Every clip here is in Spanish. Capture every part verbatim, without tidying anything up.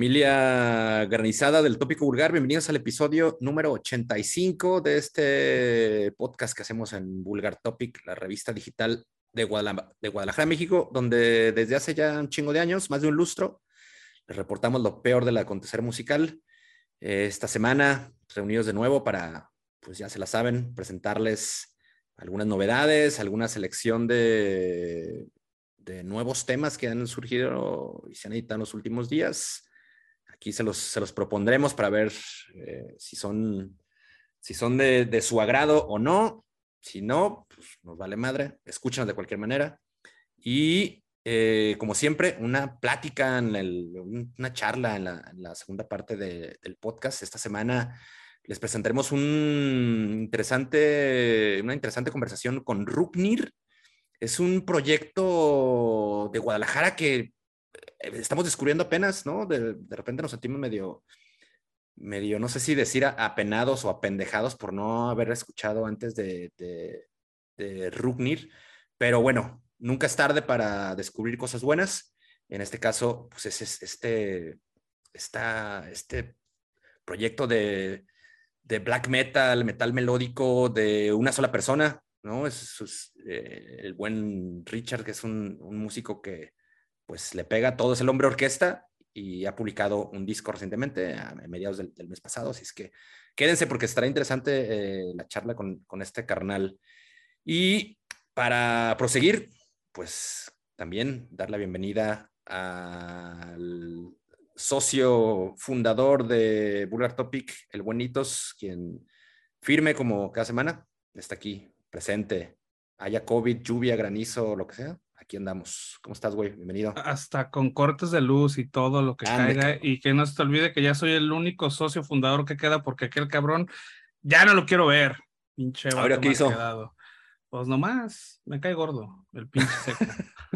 Familia granizada del tópico vulgar, bienvenidos al episodio número ochenta y cinco de este podcast que hacemos en Vulgar Topic, la revista digital de, Guadalajara, de Guadalajara, México, donde desde hace ya un chingo de años, más de un lustro, les reportamos lo peor del acontecer musical. Esta semana, reunidos de nuevo para, pues ya se la saben, presentarles algunas novedades, alguna selección de, de nuevos temas que han surgido y se han editado en los últimos días. Aquí se los, se los propondremos para ver eh, si son, si son de, de su agrado o no. Si no, pues nos vale madre. Escúchanos de cualquier manera. Y eh, como siempre, una plática, en el, una charla en la, en la segunda parte de, del podcast. Esta semana les presentaremos un interesante, una interesante conversación con Ruknir. Es un proyecto de Guadalajara que estamos descubriendo apenas, ¿no? De, de repente nos sentimos medio, medio, no sé si decir apenados o apendejados por no haber escuchado antes de, de, de Ruknir, pero bueno, nunca es tarde para descubrir cosas buenas. En este caso, pues es, es este, esta, este proyecto de, de black metal, metal melódico de una sola persona, ¿no? Es, es eh, el buen Richard, que es un, un músico que pues le pega todo, es el hombre orquesta y ha publicado un disco recientemente, a mediados del, del mes pasado, así es que quédense porque estará interesante eh, la charla con, con este carnal. Y para proseguir, pues también dar la bienvenida al socio fundador de Vulgar Topic, el Buenitos, quien firme como cada semana está aquí presente, haya COVID, lluvia, granizo, lo que sea. Aquí andamos. ¿Cómo estás, güey? Bienvenido. Hasta con cortes de luz y todo lo que Ande, caiga. cabrón. Y que no se te olvide que ya soy el único socio fundador que queda porque aquel cabrón ya no lo quiero ver. Pinche A ver, vato ¿qué mal hizo? quedado. Pues nomás, me cae gordo el pinche seco.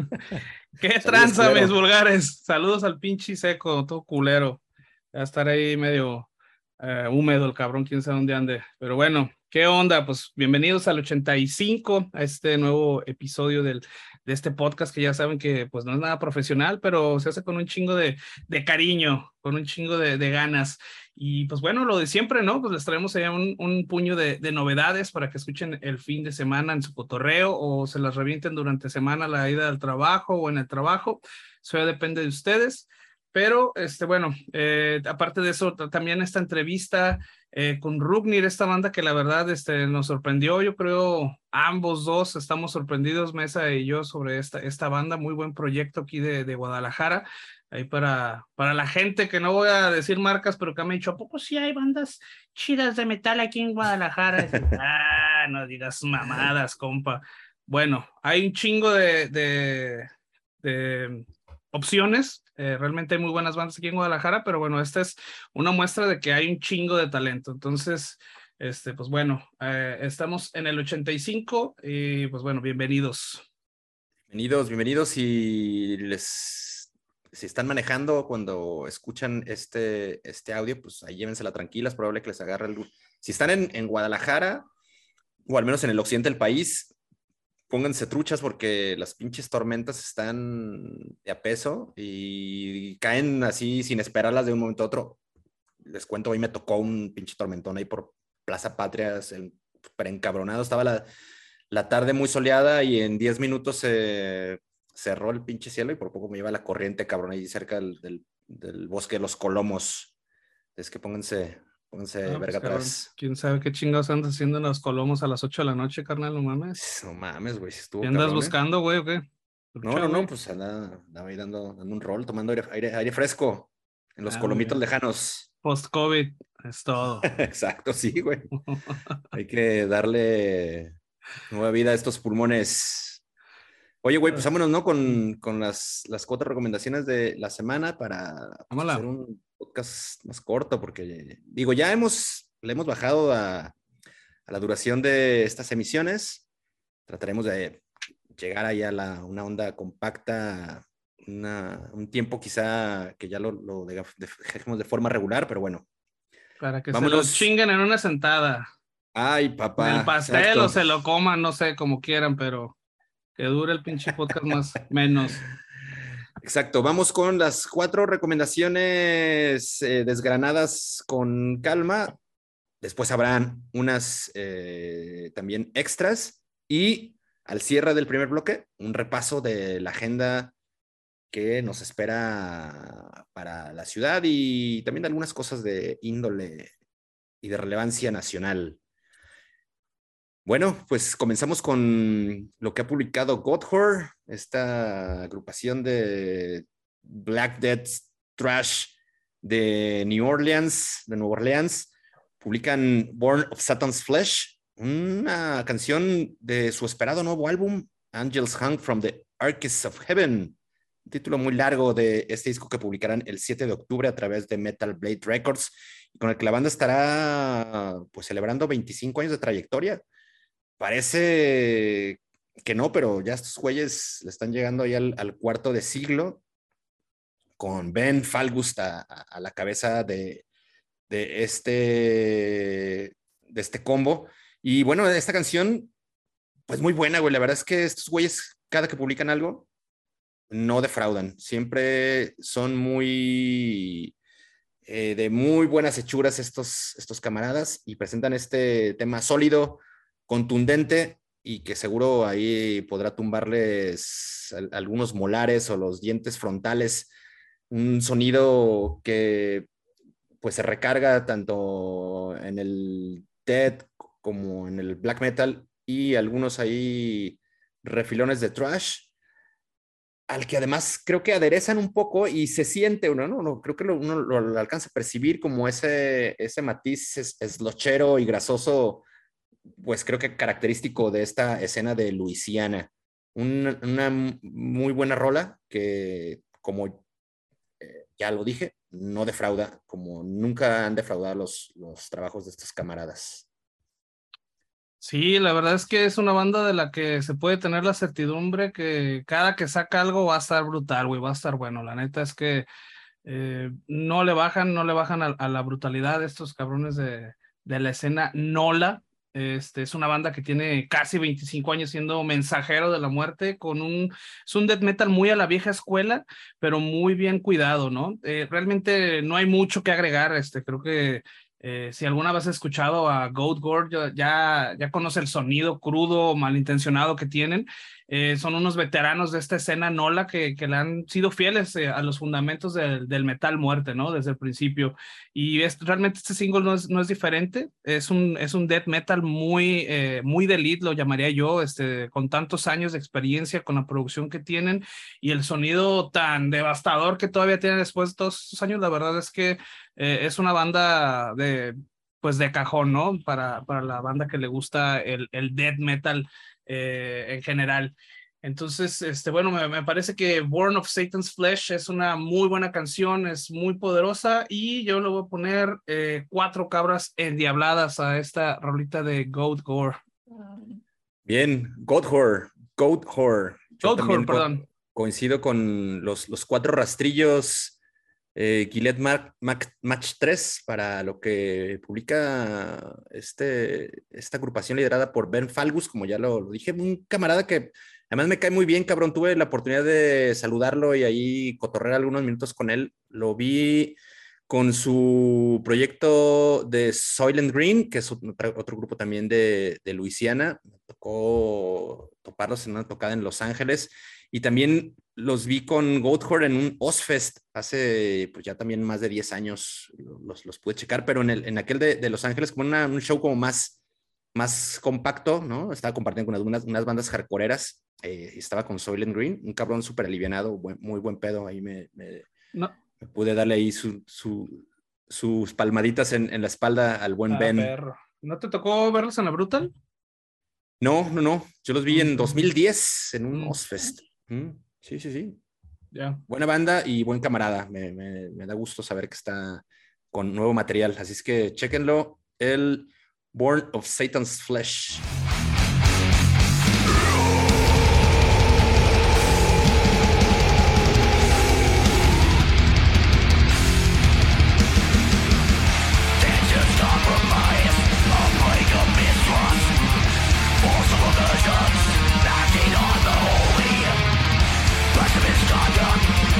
¿Qué Saludos, tranza, mis culero. vulgares? Saludos al pinche seco, todo culero. Va a estar ahí medio eh, húmedo el cabrón, quién sabe dónde ande. Pero bueno, ¿qué onda? Pues bienvenidos al ochenta y cinco, a este nuevo episodio del, de este podcast que ya saben que pues no es nada profesional, pero se hace con un chingo de, de cariño, con un chingo de, de ganas. Y pues bueno, lo de siempre, ¿no? Pues les traemos allá un, un puño de, de novedades para que escuchen el fin de semana en su cotorreo o se las revienten durante semana la ida al trabajo o en el trabajo. Eso ya depende de ustedes. Pero, este, bueno, eh, aparte de eso, también esta entrevista eh, con Ruknir, esta banda que la verdad este, nos sorprendió, yo creo ambos dos estamos sorprendidos, Mesa y yo, sobre esta, esta banda, muy buen proyecto aquí de, de Guadalajara, ahí para, para la gente que no voy a decir marcas, pero que me ha dicho, ¿a poco sí hay bandas chidas de metal aquí en Guadalajara? Y, ah, no digas mamadas, compa. Bueno, hay un chingo de... de, de opciones. Eh, realmente hay muy buenas bandas aquí en Guadalajara, pero bueno, esta es una muestra de que hay un chingo de talento. Entonces, este, pues bueno, eh, estamos en el ochenta y cinco y pues bueno, bienvenidos. Bienvenidos, bienvenidos. Y les, si están manejando cuando escuchan este, este audio, pues ahí llévensela tranquilas, es probable que les agarre algo. Si están en, en Guadalajara, o al menos en el occidente del país, pónganse truchas porque las pinches tormentas están de a peso y caen así sin esperarlas de un momento a otro. Les cuento, hoy me tocó un pinche tormentón ahí por Plaza Patria, súper encabronado. Estaba la, la tarde muy soleada y en diez minutos se cerró el pinche cielo y por poco me lleva la corriente, cabrón, ahí cerca del, del, del bosque de los Colomos. Es que pónganse, pónganse Ah, pues verga cabrón, atrás. quién sabe qué chingados andas haciendo en los Colomos a las ocho de la noche, carnal, no mames. No mames, güey, si ¿Qué estuvo andas cabrón, ¿eh? buscando, güey, o qué? No, Trucha, no, no, güey. pues andaba, andaba ahí dando, dando un rol, tomando aire, aire, aire fresco en los Ah, muy colomitos bien. lejanos. Post-COVID, es todo. Exacto, sí, güey. Hay que darle nueva vida a estos pulmones. Oye, güey, pues vámonos, ¿no? Con, con las, las cuatro recomendaciones de la semana para pues, hacer Vámonos. un podcast más corto, porque digo, ya hemos, le hemos bajado a, a la duración de estas emisiones. Trataremos de llegar ahí a la, una onda compacta, una, un tiempo quizá que ya lo, lo dejemos de forma regular, pero bueno, Para que se lo vámonos. chinguen en una sentada. Ay, En el papá, pastel o exacto. se lo coman, no sé, como quieran, pero que dure el pinche podcast más, menos. Exacto, vamos con las cuatro recomendaciones eh, desgranadas con calma. Después habrán unas eh, también extras y al cierre del primer bloque, un repaso de la agenda que nos espera para la ciudad y también algunas cosas de índole y de relevancia nacional. Bueno, pues comenzamos con lo que ha publicado Goatwhore, esta agrupación de Black Death Thrash de New Orleans, de Nueva Orleans. Publican Born of Satan's Flesh, una canción de su esperado nuevo álbum, Angels Hung from the Arches of Heaven. Un título muy largo de este disco que publicarán el siete de octubre a través de Metal Blade Records, y con el que la banda estará pues celebrando veinticinco años de trayectoria. Parece que no, pero ya estos güeyes le están llegando ahí al, al cuarto de siglo, con Ben Falgust a, a, a la cabeza de, de, este, de este combo. Y bueno, esta canción, pues muy buena, güey. La verdad es que estos güeyes, cada que publican algo, no defraudan. Siempre son muy... Eh, de muy buenas hechuras estos, estos camaradas, y presentan este tema sólido, contundente, y que seguro ahí podrá tumbarles a, a algunos molares o los dientes frontales. Un sonido que pues se recarga tanto en el death como en el black metal, y algunos ahí refilones de thrash, al que además creo que aderezan un poco y se siente uno, ¿no? no creo que lo, uno lo, lo alcanza a percibir como ese, ese matiz es, eslochero y grasoso, pues creo que característico de esta escena de Luisiana. Una, una muy buena rola que, como eh, ya lo dije, no defrauda, como nunca han defraudado los, los trabajos de estos camaradas. Sí, la verdad es que es una banda de la que se puede tener la certidumbre que cada que saca algo va a estar brutal, güey, va a estar bueno. La neta es que eh, no le bajan, no le bajan a, a la brutalidad de estos cabrones de, de la escena Nola. Este, es una banda que tiene casi veinticinco años siendo mensajero de la muerte, con un, es un death metal muy a la vieja escuela, pero muy bien cuidado, ¿no? Eh, realmente no hay mucho que agregar, este, creo que Eh, si alguna vez has escuchado a Goatwhore, ya, ya conoce el sonido crudo, malintencionado que tienen. Eh, son unos veteranos de esta escena Nola que, que le han sido fieles eh, a los fundamentos del, del metal muerte, ¿no? Desde el principio. Y es, realmente este single no es, no es diferente. Es un, es un death metal muy, eh, muy de elite, lo llamaría yo, este, con tantos años de experiencia, con la producción que tienen y el sonido tan devastador que todavía tienen después de todos estos años. La verdad es que eh, es una banda de, pues de cajón, ¿no? Para, para la banda que le gusta el, el death metal eh, en general. Entonces, este, bueno, me, me parece que Born of Satan's Flesh es una muy buena canción, es muy poderosa, y yo le voy a poner eh, cuatro cabras endiabladas a esta rolita de Goatwhore. Bien, Goatwhore, Goatwhore. Goatwhore, perdón. Co coincido con los, los cuatro rastrillos. Eh, Gillette Mark, Mac, Match tres para lo que publica este, esta agrupación liderada por Ben Falgust, como ya lo, lo dije, un camarada que además me cae muy bien, cabrón. Tuve la oportunidad de saludarlo y ahí cotorrear algunos minutos con él. Lo vi con su proyecto de Soylent Green, que es otro, otro grupo también de, de Luisiana. Me tocó toparlos en una tocada en Los Ángeles, y también los vi con Goatwhore en un Ozfest hace pues ya también más de diez años, los, los pude checar, pero en, el, en aquel de, de Los Ángeles, como una, un show como más, más compacto, ¿no? Estaba compartiendo con unas, unas bandas hardcoreeras, eh, estaba con Soylent Green, un cabrón súper alivianado, buen, muy buen pedo, ahí me, me, no. me pude darle ahí su, su, sus palmaditas en, en la espalda al buen ah, Ben. Perro. ¿No te tocó verlos en la Brutal? No, no, no, yo los vi mm. en dos mil diez en un mm. Ozfest. Mm. Sí, sí, sí. Yeah. Buena banda y buen camarada. Me, me, me da gusto saber que está con nuevo material. Así es que chéquenlo. El Born of Satan's Flesh. Acting on the holy, rest of his conduct.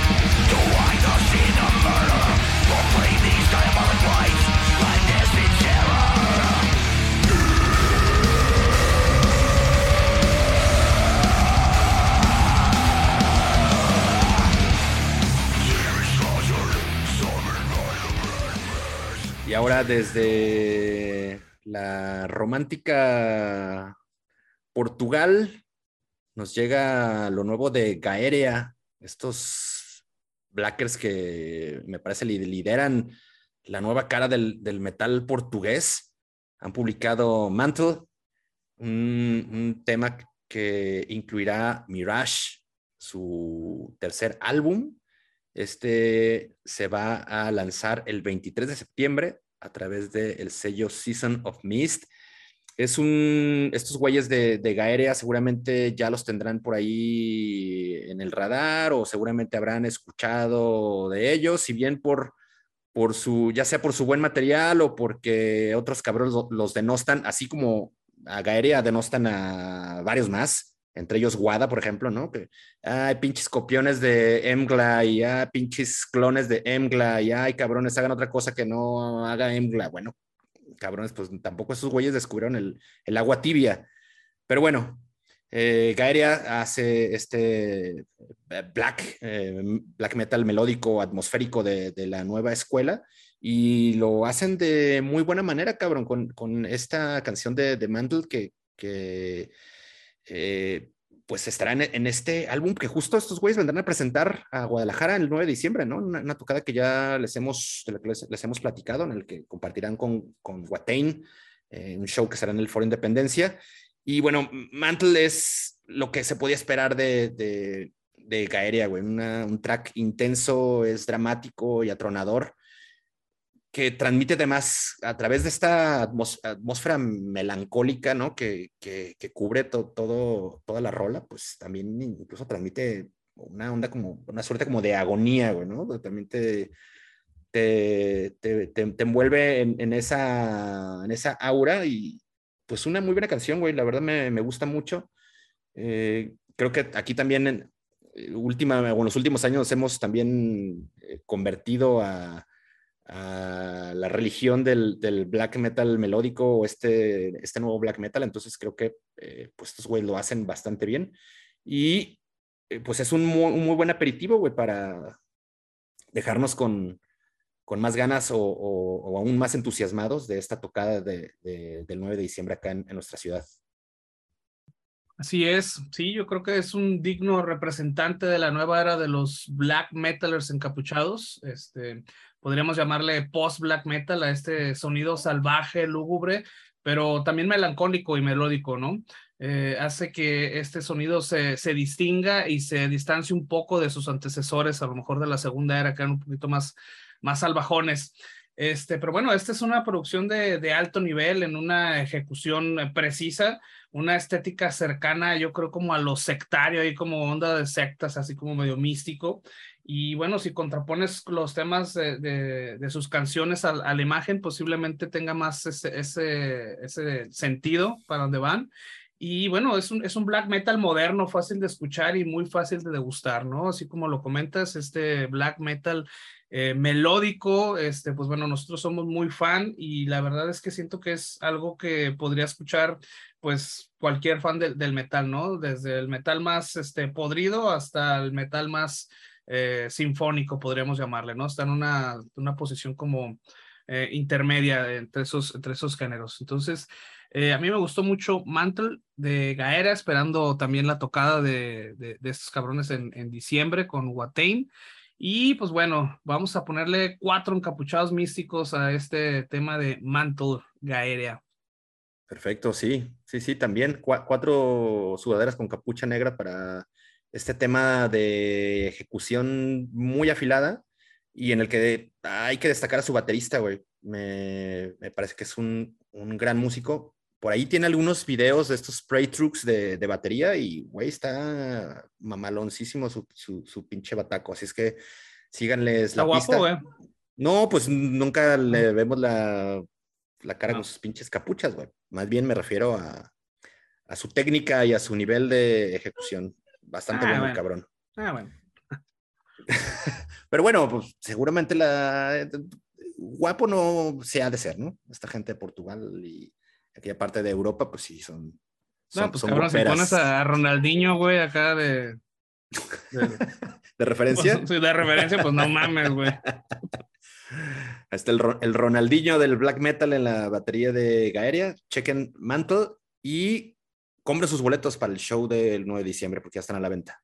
ahora desde la romántica Portugal nos llega lo nuevo de Gaerea, estos blackers que me parece lideran la nueva cara del, del metal portugués. Han publicado Mantle, un, un tema que incluirá Mirage, su tercer álbum. Este se va a lanzar el veintitrés de septiembre a través del sello Season of Mist. Es un, estos güeyes de, de Gaerea seguramente ya los tendrán por ahí en el radar o seguramente habrán escuchado de ellos, si bien por, por su, ya sea por su buen material o porque otros cabrones los denostan, así como a Gaerea denostan a varios más, entre ellos Wada, por ejemplo, ¿no? Que hay pinches copiones de Emgla y hay pinches clones de Emgla y hay cabrones, hagan otra cosa que no haga Emgla. Bueno, cabrones, pues tampoco esos güeyes descubrieron el, el agua tibia. Pero bueno, eh, Gaerea hace este black, eh, black metal melódico, atmosférico de, de la nueva escuela y lo hacen de muy buena manera, cabrón, con, con esta canción de, de Mantle que, que eh, pues estará en, en este álbum que justo estos güeyes vendrán a presentar a Guadalajara el nueve de diciembre, ¿no? Una, una tocada que ya les hemos, les, les hemos platicado, en el que compartirán con, con Watain, eh, un show que será en el Foro Independencia. Y bueno, Mantle es lo que se podía esperar de, de, de Gaerea, güey. Una, un track intenso, es dramático y atronador, que transmite además a través de esta atmos atmósfera melancólica, ¿no? Que, que, que cubre to todo, toda la rola, pues también incluso transmite una onda como, una suerte como de agonía, güey, ¿no? También te, te, te, te, te envuelve en, en, esa, en esa aura y pues una muy buena canción, güey, la verdad me, me gusta mucho. Eh, creo que aquí también en, última, o en los últimos años hemos también eh, convertido a a la religión del, del black metal melódico o este, este nuevo black metal, entonces creo que eh, pues estos güeyes lo hacen bastante bien y eh, pues es un muy, un muy buen aperitivo, güey, para dejarnos con, con más ganas o, o, o, aún más entusiasmados de esta tocada de, de, del nueve de diciembre acá en, en nuestra ciudad. Así es, sí, yo creo que es un digno representante de la nueva era de los black metalers encapuchados. Este, podríamos llamarle post-black metal a este sonido salvaje, lúgubre, pero también melancólico y melódico, ¿no? Eh, hace que este sonido se, se distinga y se distancie un poco de sus antecesores, a lo mejor de la segunda era, que eran un poquito más, más salvajones. Este, pero bueno, esta es una producción de, de alto nivel en una ejecución precisa, una estética cercana, yo creo, como a lo sectario, y como onda de sectas, así como medio místico. Y bueno, si contrapones los temas de, de, de sus canciones a, a la imagen, posiblemente tenga más ese, ese, ese sentido para donde van. Y bueno, es un, es un black metal moderno, fácil de escuchar y muy fácil de degustar, ¿no? Así como lo comentas, este black metal eh, melódico, este, pues bueno, nosotros somos muy fan y la verdad es que siento que es algo que podría escuchar pues cualquier fan de, del metal, ¿no? Desde el metal más este, podrido hasta el metal más eh, sinfónico, podríamos llamarle, ¿no? Está en una, una posición como eh, intermedia entre esos, entre esos géneros. Entonces, eh, a mí me gustó mucho Mantle de Gaerea, esperando también la tocada de, de, de estos cabrones en, en diciembre con Watain. Y pues bueno, vamos a ponerle cuatro encapuchados místicos a este tema de Mantle Gaerea. Perfecto, sí, sí, sí, también Cu cuatro sudaderas con capucha negra para este tema de ejecución muy afilada y en el que hay que destacar a su baterista, güey. Me, me parece que es un, un gran músico. Por ahí tiene algunos videos de estos spray trucks de, de batería y, güey, está mamaloncísimo su, su, su pinche bataco. Así es que síganles Está la guapo, pista. güey. No, pues nunca le vemos la, la cara No. con sus pinches capuchas, güey. Más bien me refiero a, a su técnica y a su nivel de ejecución. Bastante Ah, bueno el bueno. cabrón. Ah, bueno. Pero bueno, pues seguramente la guapo no se ha de ser, ¿no? Esta gente de Portugal y aquella parte de Europa, pues sí, son, No, son, pues son cabrón, si pones guaperas. a Ronaldinho, güey, acá de, de, ¿De pues, referencia? de referencia, pues no mames, güey. Está el, el Ronaldinho del black metal en la batería de Gaeria. Chequen Mantle y compren sus boletos para el show del nueve de diciembre porque ya están a la venta.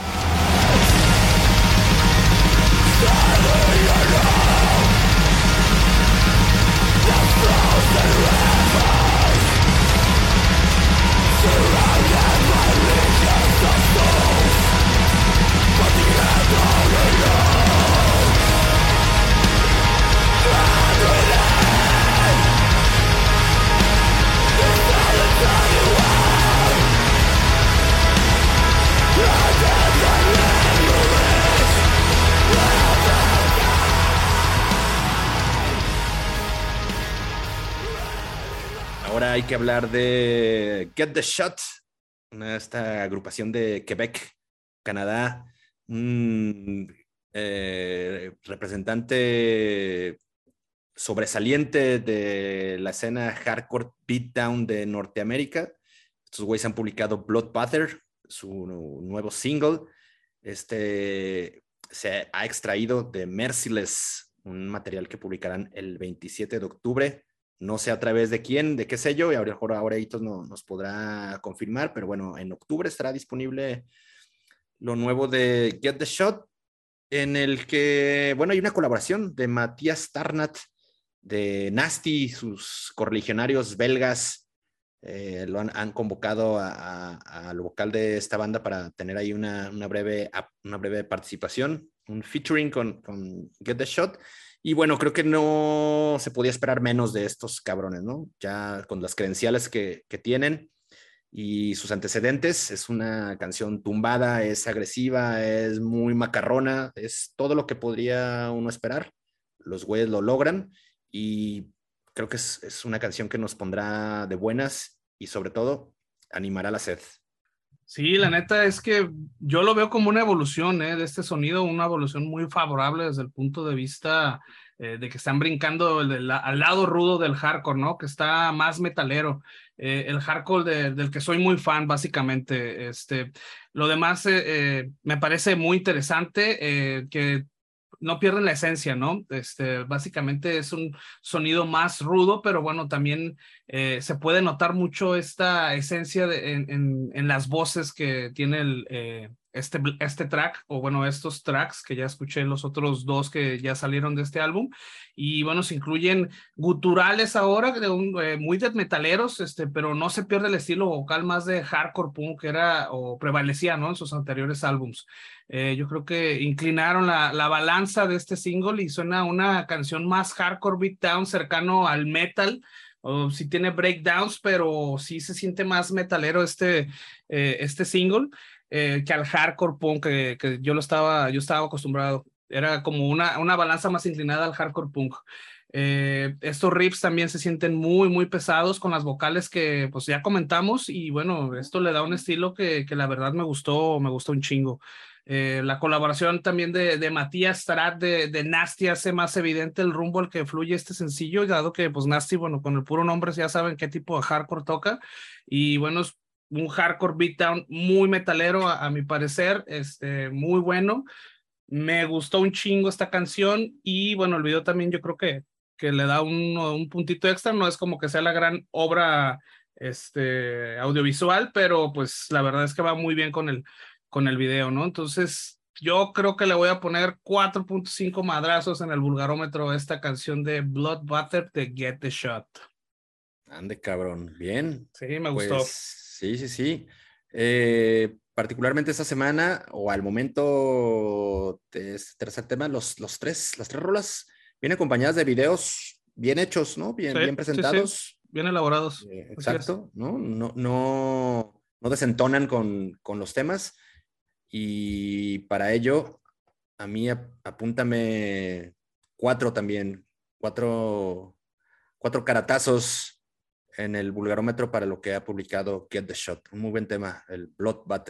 Ahora hay que hablar de Get the Shot, esta agrupación de Quebec, Canadá, un eh, representante sobresaliente de la escena hardcore beatdown de Norteamérica. Estos güeyes han publicado Bloodbath, su nuevo single. Este se ha extraído de Merciless, un material que publicarán el veintisiete de octubre. No sé a través de quién, de qué sello, y ahora, ahora Hitos no, nos podrá confirmar, pero bueno, en octubre estará disponible lo nuevo de Get the Shot, en el que, bueno, hay una colaboración de Matías Tarnat, de Nasty, sus correligionarios belgas, eh, lo han, han convocado al vocal de esta banda para tener ahí una, una, breve, una breve participación, un featuring con, con Get the Shot. Y bueno, creo que no se podía esperar menos de estos cabrones, ¿no? Ya con las credenciales que, que tienen y sus antecedentes, es una canción tumbada, es agresiva, es muy macarrona, es todo lo que podría uno esperar. Los güeyes lo logran y creo que es, es una canción que nos pondrá de buenas y sobre todo animará la sed. Sí, la neta es que yo lo veo como una evolución eh, de este sonido, una evolución muy favorable desde el punto de vista eh, de que están brincando el, el, al lado rudo del hardcore, ¿no? Que está más metalero. Eh, el hardcore de, del que soy muy fan, básicamente. Este, lo demás eh, eh, me parece muy interesante, eh, que no pierden la esencia, ¿no? Este, básicamente es un sonido más rudo, pero bueno, también eh, se puede notar mucho esta esencia de, en, en, en las voces que tiene el, eh, este, este track, o bueno, estos tracks que ya escuché, los otros dos que ya salieron de este álbum, y bueno, se incluyen guturales ahora, de un, eh, muy death metaleros, este, pero no se pierde el estilo vocal más de hardcore punk que era, o prevalecía, ¿no? En sus anteriores álbums. Eh, yo creo que inclinaron la, la balanza de este single y suena una canción más hardcore beatdown cercano al metal, o sí tiene breakdowns, pero sí se siente más metalero este, eh, este single eh, que al hardcore punk que, que yo lo estaba, yo estaba acostumbrado. Era como una, una balanza más inclinada al hardcore punk. Eh, estos riffs también se sienten muy, muy pesados con las vocales que pues ya comentamos y bueno, esto le da un estilo que, que la verdad me gustó, me gustó un chingo. Eh, la colaboración también de, de Matías Tarat de, de Nasty hace más evidente el rumbo al que fluye este sencillo, dado que pues Nasty, bueno, con el puro nombre ya saben qué tipo de hardcore toca y bueno, es un hardcore beatdown muy metalero a, a mi parecer, este, muy bueno. Me gustó un chingo esta canción y bueno, el video también yo creo que, que le da un, un puntito extra, no es como que sea la gran obra este, audiovisual, pero pues la verdad es que va muy bien con el con el video, ¿no? Entonces, yo creo que le voy a poner cuatro punto cinco madrazos en el vulgarómetro a esta canción de Bloodbath de Get the Shot. Ande, cabrón. Bien. Sí, me pues, gustó. Sí, sí, sí. Eh, particularmente esta semana, o al momento de este tercer tema, los, los tres, las tres rolas vienen acompañadas de videos bien hechos, ¿no? Bien, sí, bien presentados. Sí, sí. Bien elaborados. Eh, exacto, ¿no? No, no, no desentonan con, con los temas. Y para ello, a mí apúntame cuatro también, cuatro, cuatro caratazos en el vulgarómetro para lo que ha publicado Get the Shot. Un muy buen tema, el Bloodbath.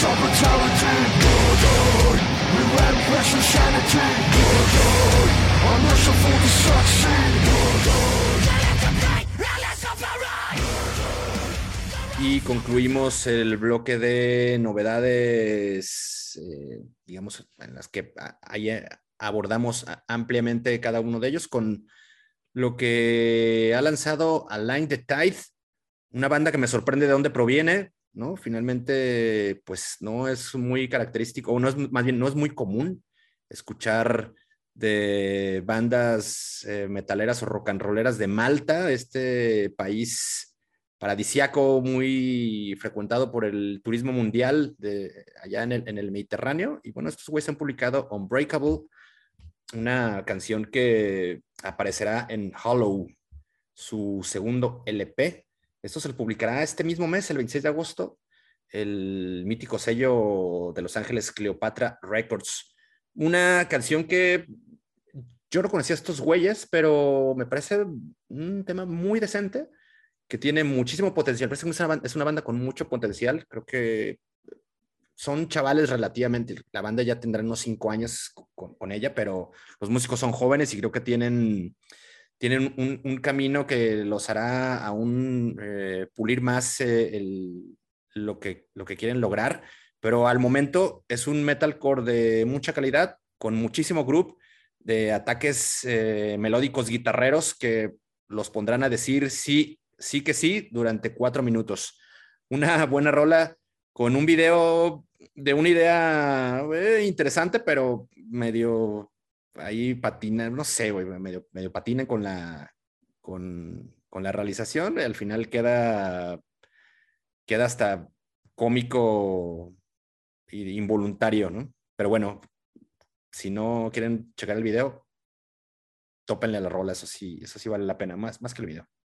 Y concluimos el bloque de novedades, eh, digamos, en las que ahí abordamos ampliamente cada uno de ellos con lo que ha lanzado Align the Tide, una banda que me sorprende de dónde proviene, ¿no? Finalmente, pues no es muy característico, o no es, más bien no es muy común escuchar de bandas eh, metaleras o rock and rolleras de Malta, este país paradisiaco muy frecuentado por el turismo mundial de allá en el, en el Mediterráneo. Y bueno, estos güeyes han publicado Unbreakable, una canción que aparecerá en Hollow, su segundo L P. Esto se lo publicará este mismo mes, el veintiséis de agosto, el mítico sello de Los Ángeles Cleopatra Records. Una canción que yo no conocía a estos güeyes, pero me parece un tema muy decente, que tiene muchísimo potencial. Parece que es una banda, es una banda con mucho potencial. Creo que son chavales relativamente. La banda ya tendrá unos cinco años con, con ella, pero los músicos son jóvenes y creo que tienen, tienen un, un camino que los hará aún eh, pulir más eh, el, lo, que, lo que quieren lograr. Pero al momento es un metalcore de mucha calidad, con muchísimo groove, de ataques eh, melódicos guitarreros que los pondrán a decir sí, sí que sí durante cuatro minutos. Una buena rola con un video de una idea eh, interesante, pero medio ahí patina, no sé, güey, medio, medio patina con la, con, con la realización. Al final queda, queda hasta cómico e involuntario, ¿no? Pero bueno, si no quieren checar el video, tópenle a la rola, eso sí, eso sí vale la pena, más, más que el video.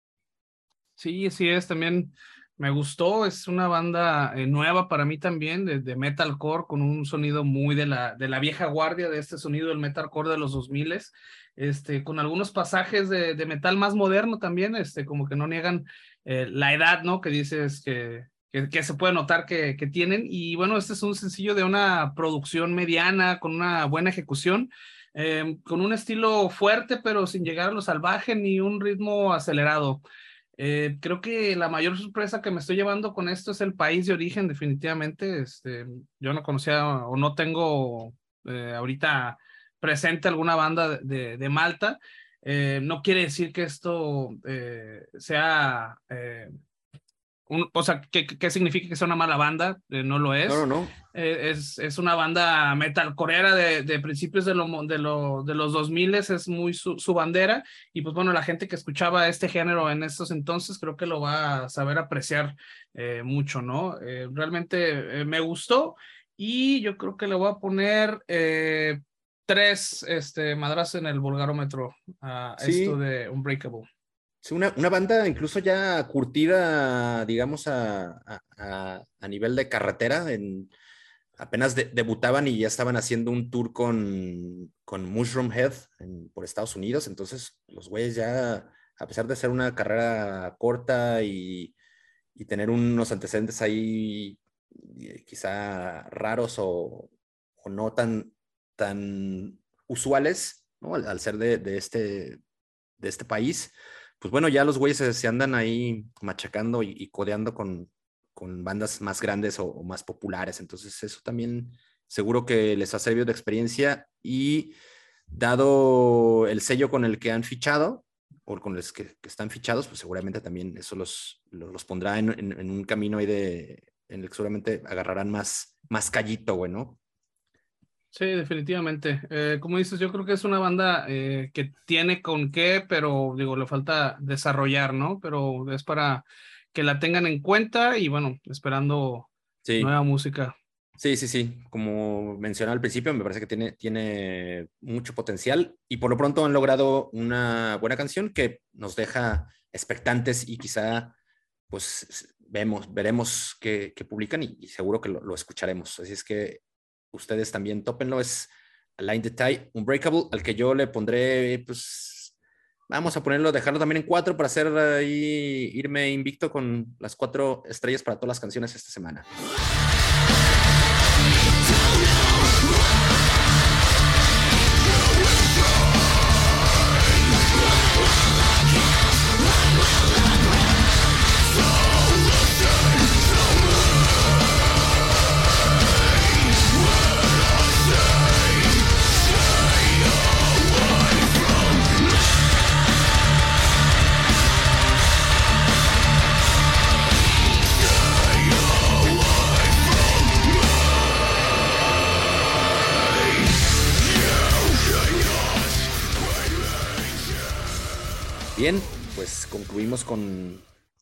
Sí, sí es, también me gustó, es una banda eh, nueva para mí también, de, de metalcore, con un sonido muy de la, de la vieja guardia, de este sonido del metalcore de los dos mil, este, con algunos pasajes de, de metal más moderno también, este, como que no niegan eh, la edad, ¿no? Que dices que, que, que se puede notar que, que tienen, y bueno, este es un sencillo de una producción mediana, con una buena ejecución, eh, con un estilo fuerte, pero sin llegar a lo salvaje, ni un ritmo acelerado. Eh, creo que la mayor sorpresa que me estoy llevando con esto es el país de origen, definitivamente. Este, yo no conocía o no tengo eh, ahorita presente alguna banda de, de Malta. Eh, no quiere decir que esto eh, sea eh, un, o sea, ¿qué, qué significa que sea una mala banda? Eh, no lo es. No, no, no. Eh, es, es una banda metalcoreera de, de principios de, lo, de, lo, de los dos mil, es muy su, su bandera, y pues bueno, la gente que escuchaba este género en estos entonces creo que lo va a saber apreciar eh, mucho, ¿no? Eh, realmente eh, me gustó, y yo creo que le voy a poner eh, tres este, madrazos en el vulgarómetro a esto Sí, de Unbreakable. sí, una, una banda incluso ya curtida, digamos, a, a, a, a nivel de carretera. En, apenas de, debutaban y ya estaban haciendo un tour con, con Mushroom Head en, por Estados Unidos. Entonces, los güeyes ya, a pesar de ser una carrera corta y, y tener unos antecedentes ahí eh, quizá raros o, o no tan, tan usuales, ¿no? Al, al ser de, de, este, de este país, pues bueno, ya los güeyes se, se andan ahí machacando y, y codeando con, con bandas más grandes o, o más populares. Entonces eso también seguro que les ha servido de experiencia, y dado el sello con el que han fichado o con los que, que están fichados, pues seguramente también eso los, los, los pondrá en, en, en un camino ahí de, en el que seguramente agarrarán más, más callito, güey, ¿no? Sí, definitivamente. Eh, como dices, yo creo que es una banda eh, que tiene con qué, pero digo, le falta desarrollar, ¿no? Pero es para que la tengan en cuenta y bueno, esperando Sí. nueva música. Sí, sí, sí. Como mencionaba al principio, me parece que tiene, tiene mucho potencial, y por lo pronto han logrado una buena canción que nos deja expectantes, y quizá pues vemos, veremos qué, qué publican, y, y seguro que lo, lo escucharemos. Así es que ustedes también tópenlo. Es Align the Tide, Unbreakable, al que yo le pondré, pues vamos a ponerlo, dejarlo también en cuatro para hacer ahí, irme invicto con las cuatro estrellas para todas las canciones esta semana. Bien, pues concluimos con,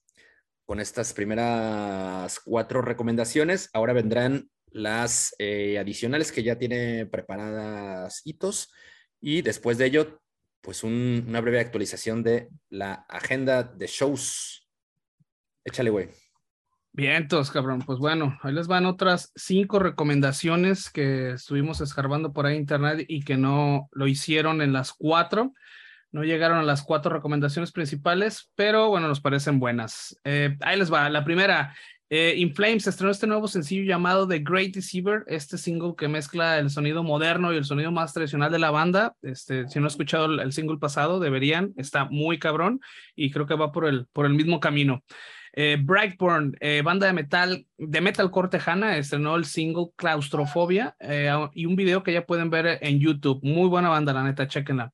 con estas primeras cuatro recomendaciones. Ahora vendrán las eh, adicionales que ya tiene preparadas Hitos y después de ello, pues un, una breve actualización de la agenda de shows. Échale, güey. Bien, entonces, cabrón, pues bueno, ahí les van otras cinco recomendaciones que estuvimos escarbando por ahí en internet y que no lo hicieron en las cuatro. No llegaron a las cuatro recomendaciones principales, pero bueno, nos parecen buenas. Eh, ahí les va. La primera, eh, In Flames estrenó este nuevo sencillo llamado The Great Deceiver, este single que mezcla el sonido moderno y el sonido más tradicional de la banda. Este, si no han escuchado el, el single pasado, deberían, está muy cabrón y creo que va por el, por el mismo camino. Eh, Brightburn, eh, banda de metal, de metalcore tejana, estrenó el single Claustrofobia eh, y un video que ya pueden ver en YouTube. Muy buena banda, la neta, chequenla.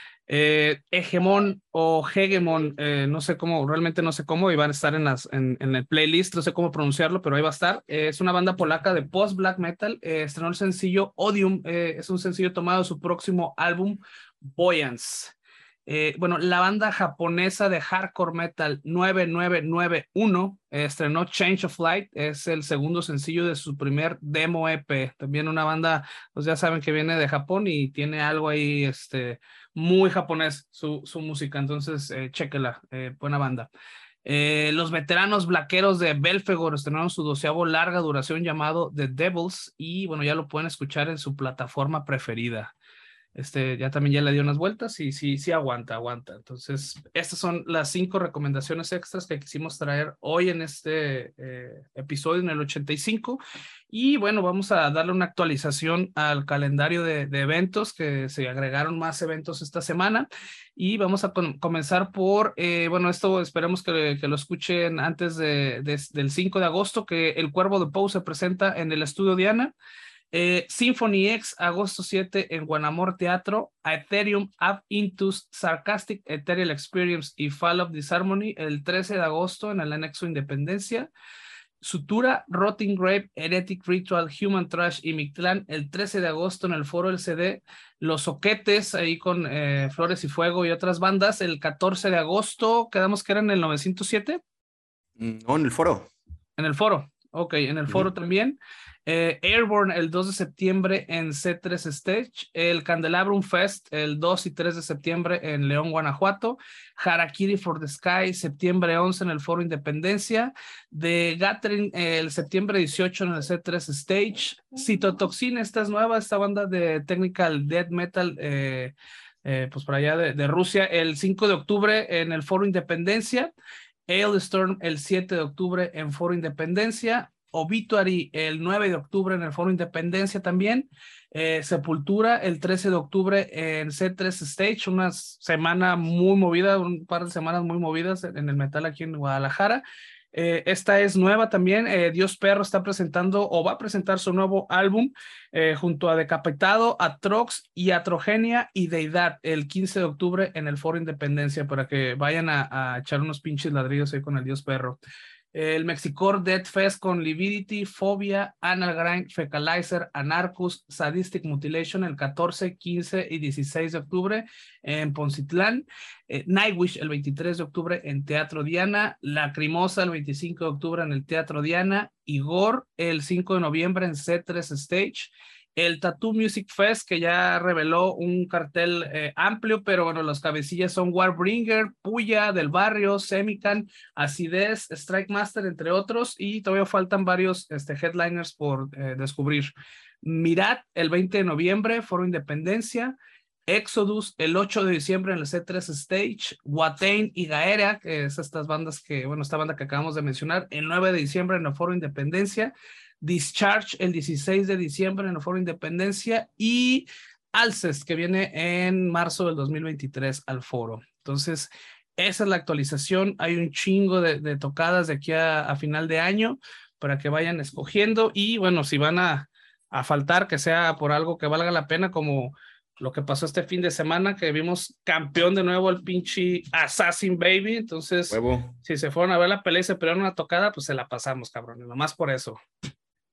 Eh, Hegemon o Hegemon, eh, no sé cómo, realmente no sé cómo, y van a estar en, las, en, en el playlist, no sé cómo pronunciarlo, pero ahí va a estar. Eh, es una banda polaca de post-black metal, eh, estrenó el sencillo Odium, eh, es un sencillo tomado de su próximo álbum, Boyance. Eh, bueno, la banda japonesa de hardcore metal nueve nueve nueve uno eh, estrenó Change of Light, es el segundo sencillo de su primer demo E P. También una banda, pues ya saben que viene de Japón y tiene algo ahí, este, muy japonés su, su música, entonces eh, chéquela, eh, buena banda. Eh, los veteranos blaqueros de Belfegor estrenaron su doceavo larga duración llamado The Devils y bueno, ya lo pueden escuchar en su plataforma preferida. Este ya también ya le dio unas vueltas y sí, sí aguanta, aguanta. Entonces, estas son las cinco recomendaciones extras que quisimos traer hoy en este eh, episodio, en el ochenta y cinco. Y bueno, vamos a darle una actualización al calendario de, de eventos, que se agregaron más eventos esta semana. Y vamos a com comenzar por, eh, bueno, esto esperemos que, que lo escuchen antes de, de, del cinco de agosto, que El Cuervo de Pou se presenta en el Estudio Diana. Eh, Symphony X, agosto siete en Guanamor Teatro, Ethereum, Ab Intus, Sarcastic Ethereal Experience y Fall of Disharmony el trece de agosto en el Anexo Independencia, Sutura, Rotting Grave, Heretic Ritual, Human Trash y Mictlán el trece de agosto en el Foro L C D, Los Soquetes ahí con eh, Flores y Fuego y otras bandas el catorce de agosto, quedamos que eran el novecientos siete. No, en el foro. En el foro, ok, en el foro uh-huh. también. Eh, Airborne el dos de septiembre en C tres Stage, el Candelabrum Fest el dos y tres de septiembre en León, Guanajuato, Harakiri for the Sky septiembre once en el Foro Independencia, The Gathering el septiembre dieciocho en el C tres Stage, Citotoxin, esta es nueva, esta banda de technical death metal, eh, eh, pues por allá de, de Rusia, el cinco de octubre en el Foro Independencia, Hailstorm el siete de octubre en Foro Independencia, Obituary el nueve de octubre en el Foro Independencia también, eh, Sepultura el trece de octubre en C tres Stage, una semana muy movida, un par de semanas muy movidas en el metal aquí en Guadalajara. Eh, esta es nueva también, eh, Dios Perro está presentando o va a presentar su nuevo álbum eh, junto a Decapitado, Atrox y Atrogenia y Deidad el quince de octubre en el Foro Independencia para que vayan a, a echar unos pinches ladrillos ahí con el Dios Perro. El Mexicore Death Fest con Lividity, Phobia, Anal Grind, Fecalizer, Anarchus, Sadistic Mutilation el catorce, quince y dieciséis de octubre en Poncitlán, eh, Nightwish el veintitrés de octubre en Teatro Diana, Lacrimosa el veinticinco de octubre en el Teatro Diana, Igor el cinco de noviembre en C tres Stage, el Tattoo Music Fest que ya reveló un cartel eh, amplio, pero bueno, los cabecillas son Warbringer, Puya, Del Barrio, Semican, Acidez, Strike Master, entre otros, y todavía faltan varios este, headliners por eh, descubrir. Mirad el veinte de noviembre, Foro Independencia, Exodus el ocho de diciembre en el C tres Stage, Watain y Gaera, que es estas bandas que, bueno, esta banda que acabamos de mencionar, el nueve de diciembre en el Foro Independencia, Discharge el dieciséis de diciembre en el Foro Independencia y Alcest que viene en marzo del dos mil veintitrés al foro. Entonces, esa es la actualización. Hay un chingo de, de tocadas de aquí a, a final de año para que vayan escogiendo y bueno, si van a, a faltar, que sea por algo que valga la pena, como lo que pasó este fin de semana, que vimos campeón de nuevo el pinche Assassin Baby. Entonces, Huevo. si se fueron a ver la pelea y se pelearon una tocada, pues se la pasamos, cabrón, nomás por eso.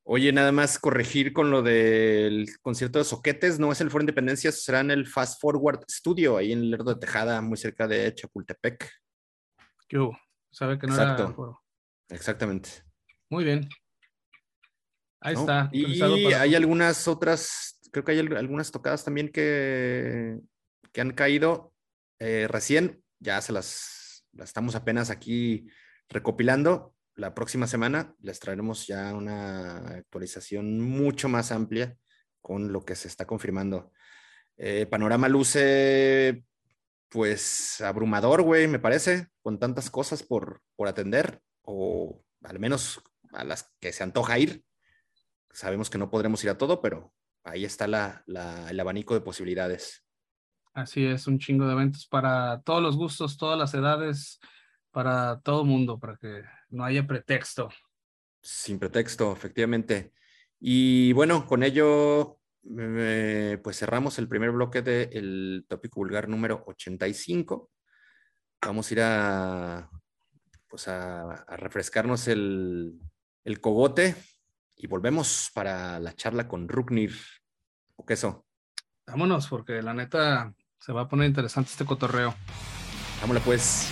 Oye, nada más corregir con lo del concierto de Soquetes, no es el Foro Independencia, será en el Fast Forward Studio, ahí en el Lerdo de Tejada, muy cerca de Chapultepec. ¿Qué hubo? Sabe que no era Exacto, foro. exactamente. Muy bien, ahí ¿No? está, reserva Y para la hay próxima. algunas otras, creo que hay al- algunas tocadas también que, que han caído eh, recién, ya se las, las estamos apenas aquí recopilando. La próxima semana les traeremos ya una actualización mucho más amplia con lo que se está confirmando. Eh, panorama luce, pues, abrumador, güey, me parece, con tantas cosas por, por atender, o al menos a las que se antoja ir. Sabemos que no podremos ir a todo, pero ahí está la, la, el abanico de posibilidades. Así es, un chingo de eventos para todos los gustos, todas las edades, para todo mundo, para que no haya pretexto. Sin pretexto, efectivamente. Y bueno, con ello, eh, pues cerramos el primer bloque del tópico vulgar número ochenta y cinco. Vamos a ir a, pues a, a refrescarnos el, el cogote y volvemos para la charla con Ruknir o queso. Vámonos, porque la neta se va a poner interesante este cotorreo. Vámonos pues.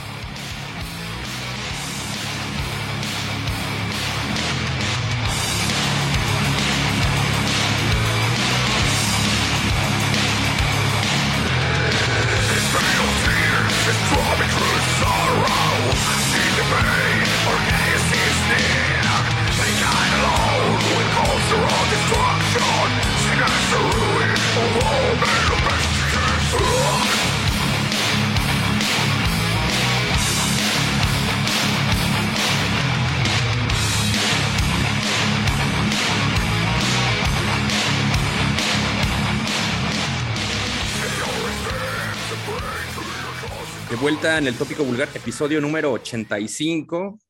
De vuelta en el tópico vulgar, episodio número ochenta y cinco.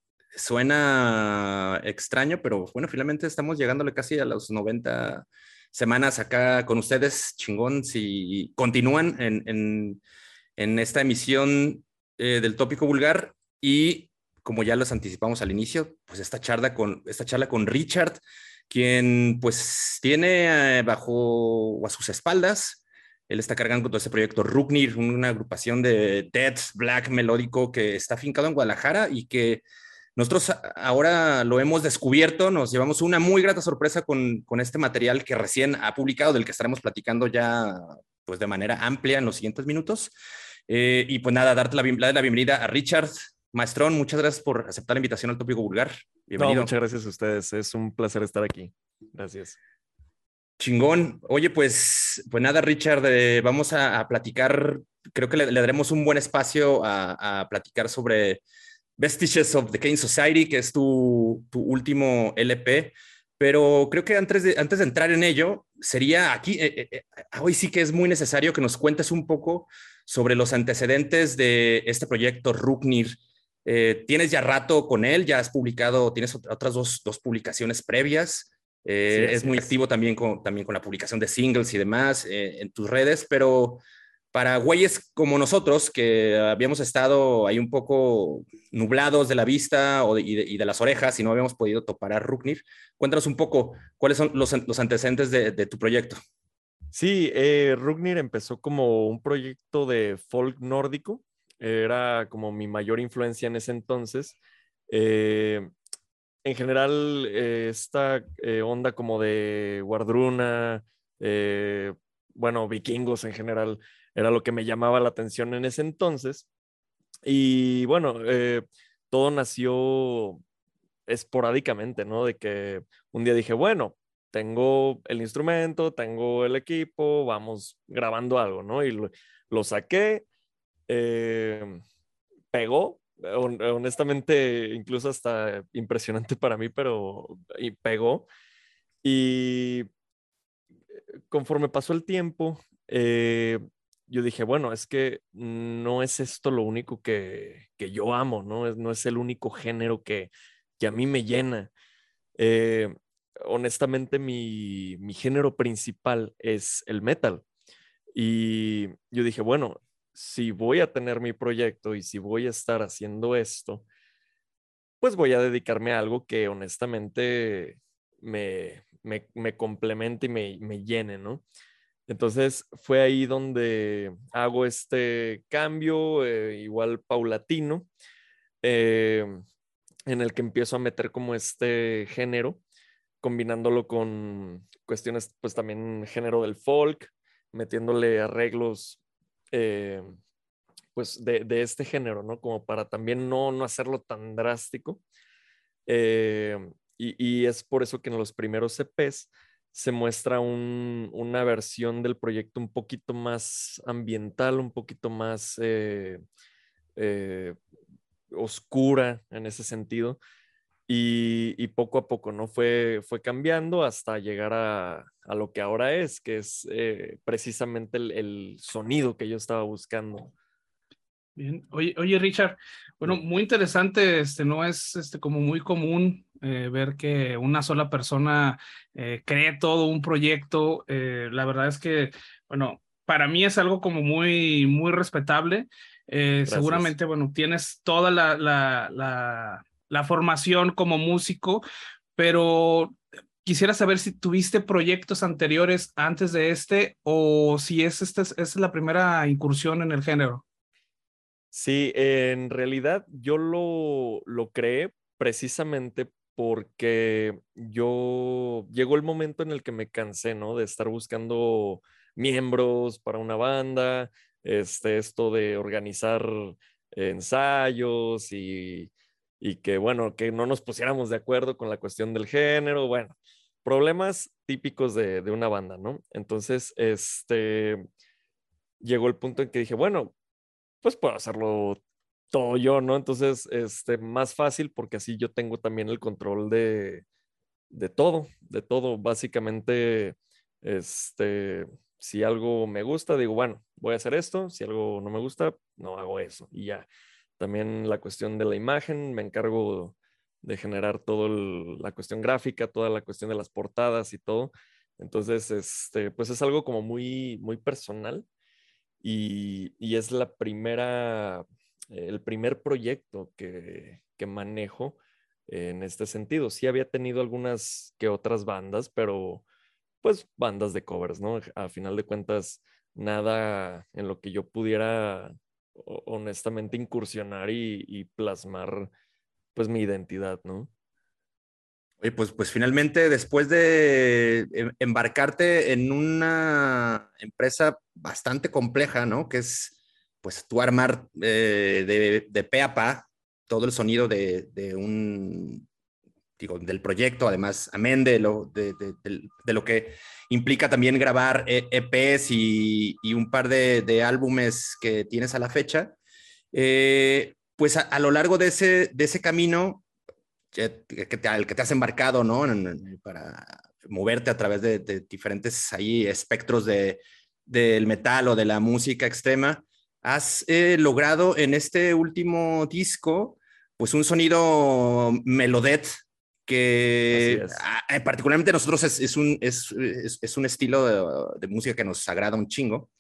Suena extraño, pero bueno, finalmente estamos llegándole casi a las noventa semanas acá con ustedes. Chingón, si continúan en, en, en esta emisión eh, del tópico vulgar. Y como ya los anticipamos al inicio, pues esta charla con, esta charla con Richard, quien pues tiene eh, bajo o a sus espaldas, él está cargando con todo ese proyecto Ruknir, una agrupación de death black melódico que está afincado en Guadalajara y que nosotros ahora lo hemos descubierto, nos llevamos una muy grata sorpresa con, con este material que recién ha publicado, del que estaremos platicando ya pues de manera amplia en los siguientes minutos. Eh, y pues nada, darte la, la, la bienvenida a Richard. Maestrón, muchas gracias por aceptar la invitación al tópico vulgar. No, Bienvenido. muchas gracias a ustedes. Es un placer estar aquí. Gracias. Chingón. Oye, pues, pues nada, Richard, eh, vamos a, a platicar, creo que le, le daremos un buen espacio a, a platicar sobre Vestiges of the Kane Society, que es tu, tu último L P, pero creo que antes de, antes de entrar en ello, sería aquí, eh, eh, hoy sí que es muy necesario que nos cuentes un poco sobre los antecedentes de este proyecto Ruknir. Eh, tienes ya rato con él, ya has publicado, tienes otras dos, dos publicaciones previas. Sí, Eh, es así muy es. activo también con, también con la publicación de singles y demás eh, en tus redes, pero para güeyes como nosotros, que habíamos estado ahí un poco nublados de la vista o de, y, de, y, de, las orejas y no habíamos podido topar a Ruknir, cuéntanos un poco cuáles son los, los antecedentes de, de, tu proyecto. Sí, eh, Ruknir empezó como un proyecto de folk nórdico. Era como mi mayor influencia en ese entonces. Eh, en general, eh, esta eh, onda como de Wardruna, eh, bueno, vikingos en general, era lo que me llamaba la atención en ese entonces. Y bueno, eh, todo nació esporádicamente, ¿no? De que un día dije, bueno, tengo el instrumento, tengo el equipo, vamos grabando algo, ¿no? Y lo, lo saqué, eh, pegó, honestamente, incluso hasta impresionante para mí, pero y pegó. Y conforme pasó el tiempo, eh, yo dije, bueno, es que no es esto lo único que, que yo amo, ¿no? Es, no es el único género que, que a mí me llena. Eh, honestamente, mi, mi género principal es el metal. Y yo dije, bueno, si voy a tener mi proyecto y si voy a estar haciendo esto, pues voy a dedicarme a algo que honestamente me, me, me complemente y me, me llene, ¿no? Entonces fue ahí donde hago este cambio, eh, igual paulatino, eh, en el que empiezo a meter como este género, combinándolo con cuestiones, pues también género del folk, metiéndole arreglos, eh, pues de, de, este género, ¿no? Como para también no, no hacerlo tan drástico. Eh, y, y es por eso que en los primeros E Pes se muestra un, una versión del proyecto un poquito más ambiental, un poquito más eh, eh, oscura en ese sentido. Y, y poco a poco, ¿no? Fue, fue cambiando hasta llegar a, a lo que ahora es, que es eh, precisamente el, el sonido que yo estaba buscando. Bien. Oye, oye, Richard, bueno, Sí. muy interesante, este, no es este, como muy común eh, ver que una sola persona eh, cree todo un proyecto. Eh, la verdad es que, bueno, para mí es algo como muy, muy respetable. Eh, seguramente, bueno, tienes toda la, la, la, la formación como músico, pero quisiera saber si tuviste proyectos anteriores antes de este o si es, esta es, es la primera incursión en el género. Sí, en realidad yo lo, lo creé precisamente porque yo llegó el momento en el que me cansé, ¿no? De estar buscando miembros para una banda, este, esto de organizar ensayos y, y que, bueno, que no nos pusiéramos de acuerdo con la cuestión del género, bueno, problemas típicos de, de una banda, ¿no? Entonces, este, llegó el punto en que dije, bueno, pues puedo hacerlo todo yo, ¿no? Entonces, este, más fácil porque así yo tengo también el control de, de todo, de todo. Básicamente, este, si algo me gusta, digo, bueno, voy a hacer esto. Si algo no me gusta, no hago eso. Y ya. También la cuestión de la imagen, me encargo de generar toda la cuestión gráfica, toda la cuestión de las portadas y todo. Entonces, este, pues es algo como muy, muy personal. Y, y es la primera, el primer proyecto que, que manejo en este sentido. Sí había tenido algunas que otras bandas, pero pues bandas de covers, ¿no? A final de cuentas, nada en lo que yo pudiera honestamente incursionar y, y plasmar pues mi identidad, ¿no? Oye, pues, pues finalmente, después de em- embarcarte en una empresa bastante compleja, ¿no? Que es, pues, tú armar eh, de, de pe a pa todo el sonido de, de un, digo, del proyecto, además, amén de lo, de, de, de, de lo que implica también grabar E Pes y, y un par de, de álbumes que tienes a la fecha. Eh, pues a, a lo largo de ese, de ese camino que te, el que te has embarcado, ¿no? En, en, para moverte a través de, de diferentes ahí espectros de, del metal o de la música extrema, has eh, logrado en este último disco, pues un sonido melodet Así que es. a, particularmente a nosotros es, es, un, es, es, es un estilo de, de música que nos agrada un chingo.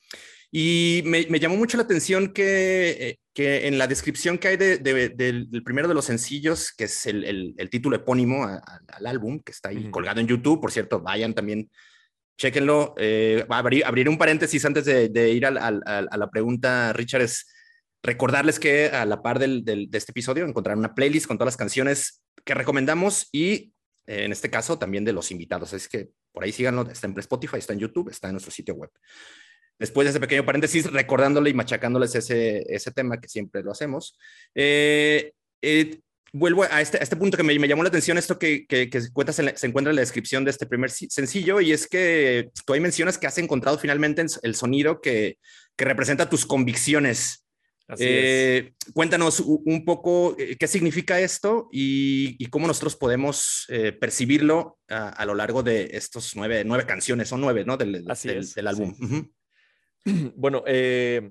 Y me, me, llamó mucho la atención que, eh, que en la descripción que hay de, de, de, del primero de los sencillos, que es el, el, el título epónimo a, a, al álbum, que está ahí uh-huh. colgado en YouTube, por cierto, vayan también, chéquenlo. Eh, abrir, abrir un paréntesis antes de, de ir al, al, a la pregunta, Richard, es recordarles que a la par del, del, de este episodio encontrarán una playlist con todas las canciones que recomendamos y eh, en este caso también de los invitados. Es que por ahí síganlo, está en Spotify, está en YouTube, está en nuestro sitio web. Después de ese pequeño paréntesis, recordándole y machacándoles ese, ese tema que siempre lo hacemos. Eh, eh, vuelvo a este, a este punto que me, me llamó la atención, esto que, que, que cuentas en la, se encuentra en la descripción de este primer sencillo, y es que tú ahí mencionas que has encontrado finalmente el sonido que, que representa tus convicciones. Así eh, es. Cuéntanos un poco qué significa esto y, y cómo nosotros podemos eh, percibirlo a, a, lo largo de estos nueve, nueve canciones, son nueve, ¿no? Del, Así del, es. del álbum. Sí, sí, sí. Uh-huh. Bueno, eh,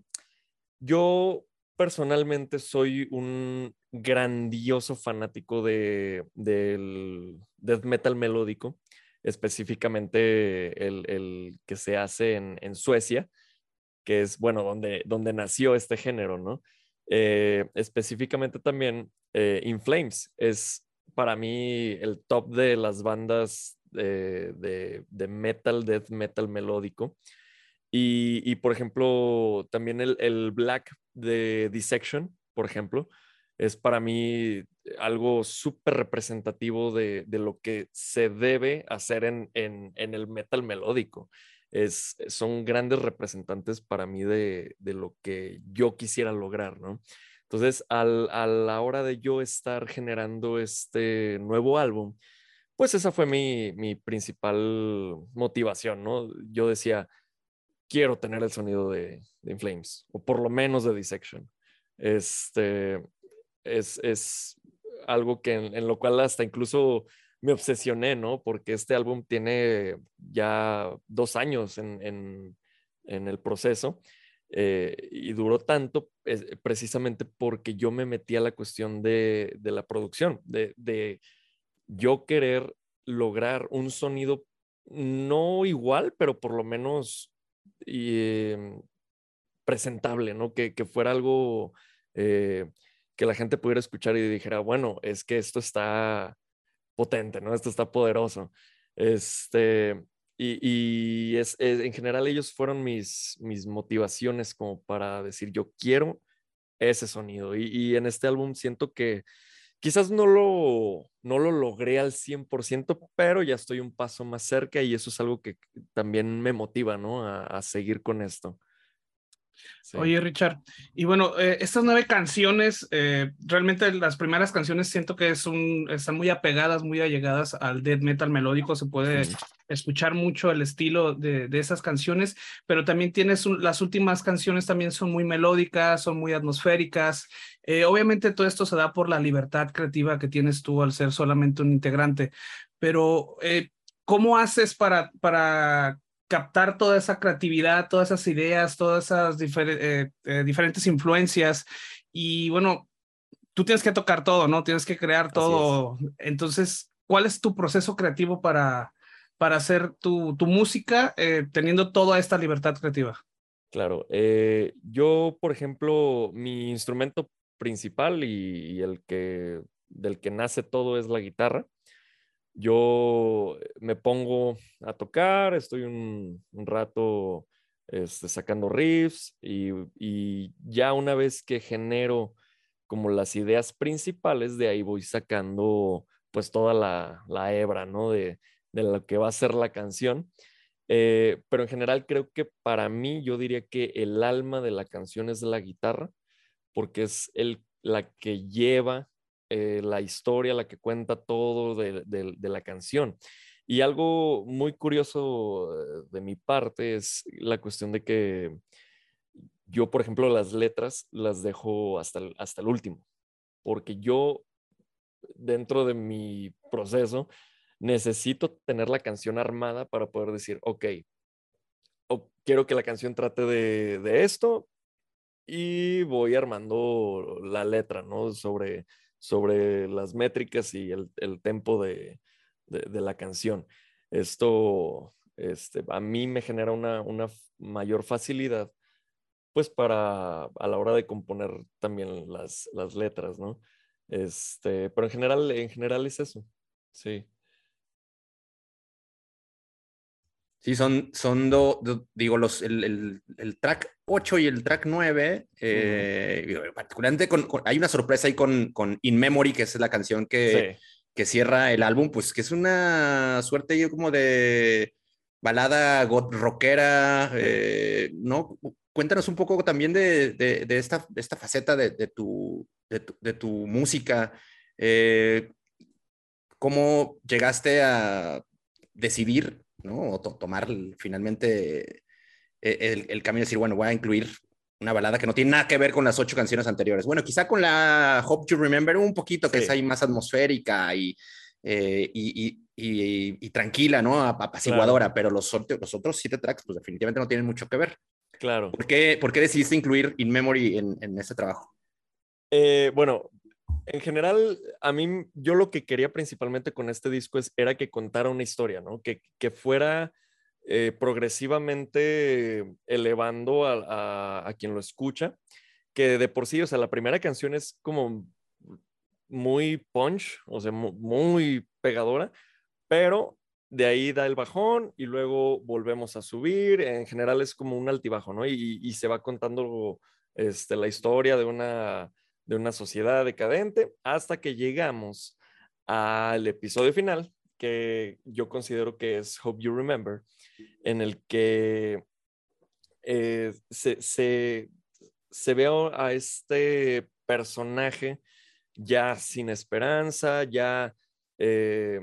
yo personalmente soy un grandioso fanático de, del death metal melódico, específicamente el, el que se hace en, en Suecia, que es, bueno, donde, donde nació este género, ¿no? Eh, específicamente también eh, In Flames es para mí el top de las bandas de, de, de metal, death metal melódico. Y, y por ejemplo, también el, el Black de Dissection, por ejemplo, es para mí algo súper representativo de, de lo que se debe hacer en, en, en el metal melódico. Es, son grandes representantes para mí de, de lo que yo quisiera lograr, ¿no? Entonces, al, a la hora de yo estar generando este nuevo álbum, pues esa fue mi, mi principal motivación, ¿no? Yo decía, quiero tener el sonido de, de In Flames, o por lo menos de Dissection. Este, es, es algo que en, en lo cual hasta incluso me obsesioné, ¿no? Porque este álbum tiene ya dos años en, en, en el proceso eh, y duró tanto eh, precisamente porque yo me metí a la cuestión de, de la producción, de, de yo querer lograr un sonido no igual, pero por lo menos eh, presentable, ¿no? Que, que fuera algo eh, que la gente pudiera escuchar y dijera, bueno, es que esto está potente, ¿no? Esto está poderoso. Este, y y es, es, en general ellos fueron mis, mis motivaciones como para decir, yo quiero ese sonido. Y, y en este álbum siento que quizás no lo, no lo logré al cien por ciento, pero ya estoy un paso más cerca y eso es algo que también me motiva, ¿no? A, a seguir con esto. Sí. Oye, Richard, y bueno, eh, estas nueve canciones, eh, realmente las primeras canciones siento que es un, están muy apegadas, muy allegadas al death metal melódico, se puede Sí. escuchar mucho el estilo de, de esas canciones, pero también tienes un, las últimas canciones también son muy melódicas, son muy atmosféricas. Eh, obviamente todo esto se da por la libertad creativa que tienes tú al ser solamente un integrante, pero eh, ¿cómo haces para, para captar toda esa creatividad, todas esas ideas, todas esas difer eh, eh, diferentes influencias? Y bueno, tú tienes que tocar todo, ¿no? Tienes que crear Así es. todo. Entonces, ¿cuál es tu proceso creativo para, para hacer tu, tu música eh, teniendo toda esta libertad creativa? Claro. Eh, yo, por ejemplo, mi instrumento principal y, y el que del que nace todo es la guitarra. Yo me pongo a tocar, estoy un, un rato este, sacando riffs y, y ya una vez que genero como las ideas principales, de ahí voy sacando pues toda la, la hebra, ¿no? De, de lo que va a ser la canción. Eh, pero en general creo que para mí yo diría que el alma de la canción es la guitarra, porque es el, la que lleva eh, la historia, la que cuenta todo de, de, de la canción. Y algo muy curioso eh, de mi parte es la cuestión de que yo, por ejemplo, las letras las dejo hasta el, hasta el último, porque yo, dentro de mi proceso, necesito tener la canción armada para poder decir, ok, o quiero que la canción trate de, de esto, y voy armando la letra, ¿no? Sobre, sobre las métricas y el, el tempo de, de, de, la canción. Esto este, a mí me genera una, una mayor facilidad, pues para a la hora de componer también las, las letras, ¿no? Este, pero en general, en general es eso, sí. Sí, son, son do, do, digo, los, el, el, el, track ocho y el track nueve, eh, uh-huh. particularmente con, con, hay una sorpresa ahí con, con In Memory, que es la canción que, sí. que cierra el álbum, pues que es una suerte yo como de balada god rockera, sí. eh, ¿no? Cuéntanos un poco también de, de, de, esta, de esta faceta de, de, tu, de, tu, de tu música. Eh, ¿Cómo llegaste a decidir, ¿no? O to tomar finalmente el, el camino de decir, bueno, voy a incluir una balada que no tiene nada que ver con las ocho canciones anteriores? Bueno, quizá con la Hope You Remember un poquito, que sí. es ahí más atmosférica y, eh, y, y, y, y tranquila, ¿no? Apaciguadora, claro. Pero los, los otros siete tracks, pues definitivamente no tienen mucho que ver. Claro. ¿Por qué, por qué decidiste incluir In Memory en, en este trabajo? Eh, bueno, en general, a mí, yo lo que quería principalmente con este disco es, era que contara una historia, ¿no? Que, que fuera eh, progresivamente elevando a, a, a quien lo escucha, que de por sí, o sea, la primera canción es como muy punch, o sea, muy, muy pegadora, pero de ahí da el bajón y luego volvemos a subir. En general es como un altibajo, ¿no? Y, y se va contando este, la historia de una, de una sociedad decadente hasta que llegamos al episodio final, que yo considero que es Hope You Remember, en el que eh, se, se, se ve a este personaje ya sin esperanza, ya eh,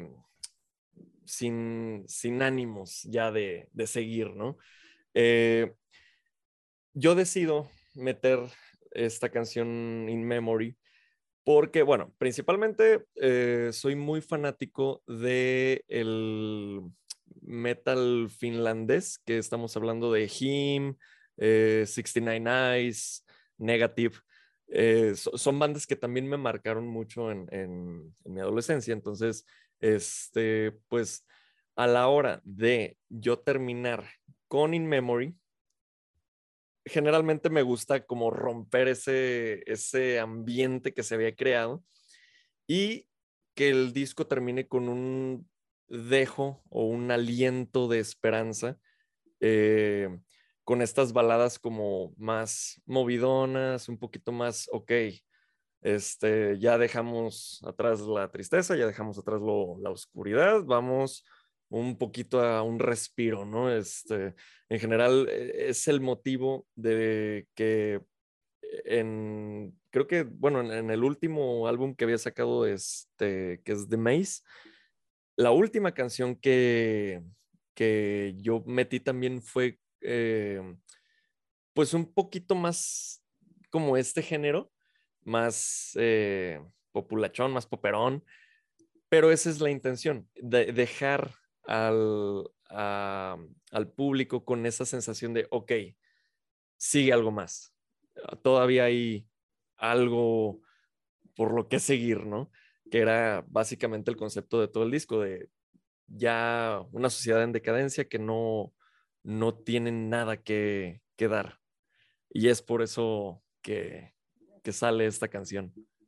sin, sin ánimos ya de, de seguir, ¿no? Eh, yo decido meter esta canción In Memory porque, bueno, principalmente eh, soy muy fanático de el metal finlandés, que estamos hablando de Him, eh, sesenta y nueve Eyes, Negative. Eh, so, son bandas que también me marcaron mucho en, en, en mi adolescencia. Entonces, este, pues a la hora de yo terminar con In Memory, generalmente me gusta como romper ese, ese ambiente que se había creado y que el disco termine con un dejo o un aliento de esperanza, eh, con estas baladas como más movidonas, un poquito más, ok, este, ya dejamos atrás la tristeza, ya dejamos atrás lo, la oscuridad, vamos un poquito a un respiro, ¿no? Este, en general eh, es el motivo de que en, creo que, bueno, en, en el último álbum que había sacado, este, que es The Maze, la última canción que, que yo metí también fue, eh, pues un poquito más como este género, más eh, populachón, más poperón, pero esa es la intención, de dejar al, a, al público con esa sensación de, ok, sigue algo más, todavía hay algo por lo que seguir, ¿no? Que era básicamente el concepto de todo el disco, de ya una sociedad en decadencia que no, no tiene nada que, que dar. Y es por eso que, que sale esta canción.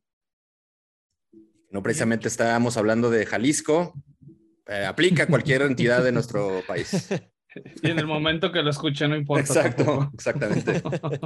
No precisamente estábamos hablando de Jalisco, eh, aplica a cualquier entidad de nuestro país. Y en el momento que lo escuché no importa. Exacto, tampoco. exactamente.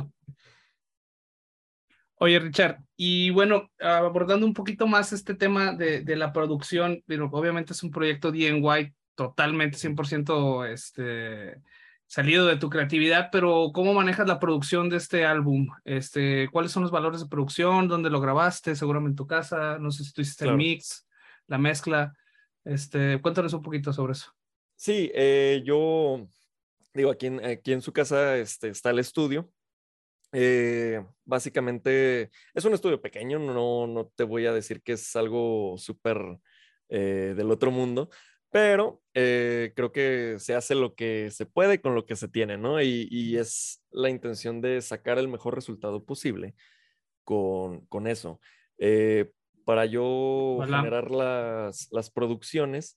Oye, Richard, y bueno, abordando un poquito más este tema de, de la producción, pero obviamente es un proyecto D I Y totalmente cien por ciento este, salido de tu creatividad, pero ¿cómo manejas la producción de este álbum? Este, ¿cuáles son los valores de producción? ¿Dónde lo grabaste? Seguramente en tu casa. No sé si tú hiciste el Claro. mix, la mezcla. Este, cuéntanos un poquito sobre eso. Sí, eh, yo digo, aquí en, aquí en su casa este, está el estudio. Eh, básicamente es un estudio pequeño, no, no te voy a decir que es algo súper eh, del otro mundo, pero eh, creo que se hace lo que se puede con lo que se tiene, ¿no? Y, y es la intención de sacar el mejor resultado posible con, con eso. Eh, para yo Hola. generar las, las producciones,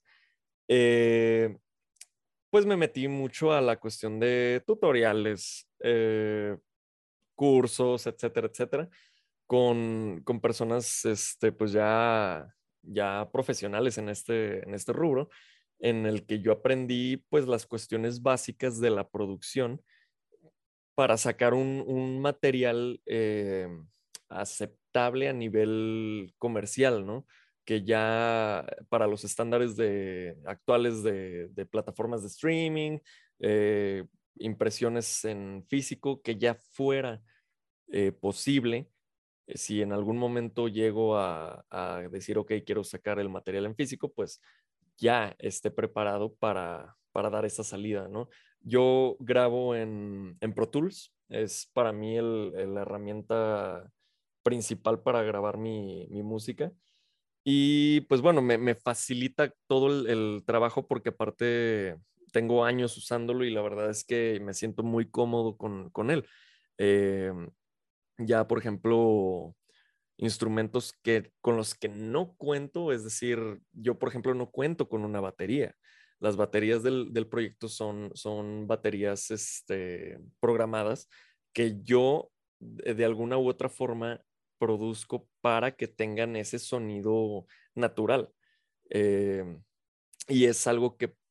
eh, pues me metí mucho a la cuestión de tutoriales, eh, cursos, etcétera, etcétera, con, con personas, este, pues ya, ya profesionales en este, en este rubro, en el que yo aprendí, pues, las cuestiones básicas de la producción para sacar un, un material eh, aceptable a nivel comercial, ¿no? Que ya para los estándares de, actuales de, de plataformas de streaming, eh, impresiones en físico, que ya fuera eh, posible, eh, si en algún momento llego a, a decir, ok, quiero sacar el material en físico, pues ya esté preparado para, para dar esa salida, ¿no? Yo grabo en, en Pro Tools, es para mí el, el, la herramienta principal para grabar mi, mi música. Y pues bueno, me, me facilita todo el, el, trabajo porque aparte tengo años usándolo y la verdad es que me siento muy cómodo con, con él. Eh, ya, por ejemplo, instrumentos que, con los que no cuento, es decir, yo, por ejemplo, no cuento con una batería. Las baterías del, del proyecto son, son baterías este, programadas que yo de, de alguna u otra forma produzco para que tengan ese sonido natural. Eh, y es algo que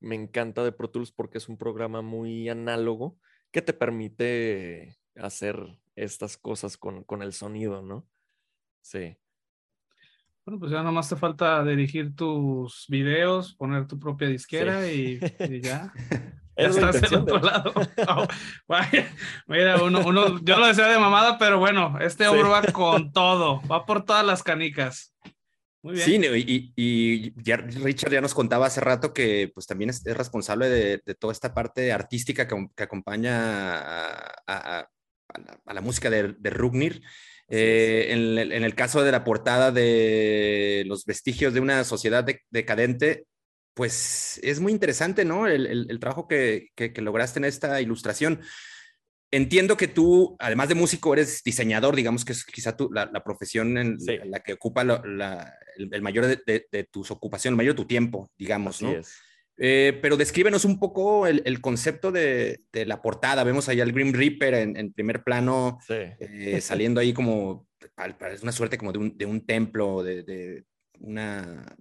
me encanta de Pro Tools porque es un programa muy análogo que te permite hacer estas cosas con, con el sonido, ¿no? Sí. Bueno, pues ya nomás te falta dirigir tus videos, poner tu propia disquera Sí. y, y ya. Ya Es la estás del intención, de otro hecho. lado. Oh, vaya, mira, uno, uno, yo lo decía de mamada, pero bueno, este Sí. hombre va con todo, va por todas las canicas. Muy Sí, bien. y, y, y ya Richard ya nos contaba hace rato que pues también es, es responsable de, de toda esta parte artística que, que acompaña a, a, a, la, a, la, música de, de Rugnir. Eh, en, el, en el caso de la portada de Los vestigios de una sociedad de, decadente, pues es muy interesante, ¿no? El, el, el trabajo que, que, que lograste en esta ilustración. Entiendo que tú, además de músico, eres diseñador, digamos que es quizá tu, la, la, profesión en, Sí. en la que ocupa la, la, el, el, mayor de, de, de, tus ocupaciones, el mayor de tu tiempo, digamos, Así ¿no? es. Eh, pero descríbenos un poco el, el concepto de, de, la portada. Vemos ahí al Grim Reaper en, en primer plano, sí. eh, saliendo ahí como, es una suerte como de un, de un templo, de, de una,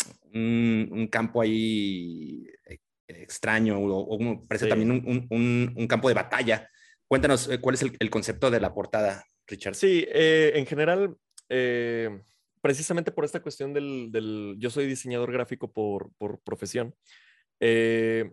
un, un campo ahí extraño, o, o parece sí. también un, un, un campo de batalla. Cuéntanos, ¿cuál es el, el concepto de la portada, Richard? Sí, eh, en general, eh, precisamente por esta cuestión del, del... Yo soy diseñador gráfico por, por profesión. Eh,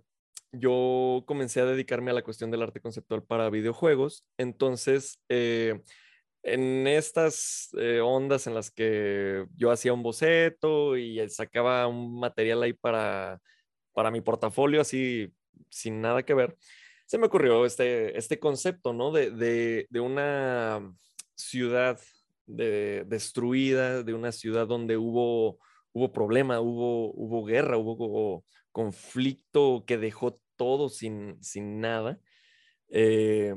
yo comencé a dedicarme a la cuestión del arte conceptual para videojuegos. Entonces, eh, en estas eh, ondas en las que yo hacía un boceto y sacaba un material ahí para, para mi portafolio, así sin nada que ver, se me ocurrió este, este concepto, ¿no? De, de, de una ciudad de, destruida, de una ciudad donde hubo, hubo problema, hubo, hubo guerra, hubo, hubo conflicto que dejó todo sin, sin nada. Eh,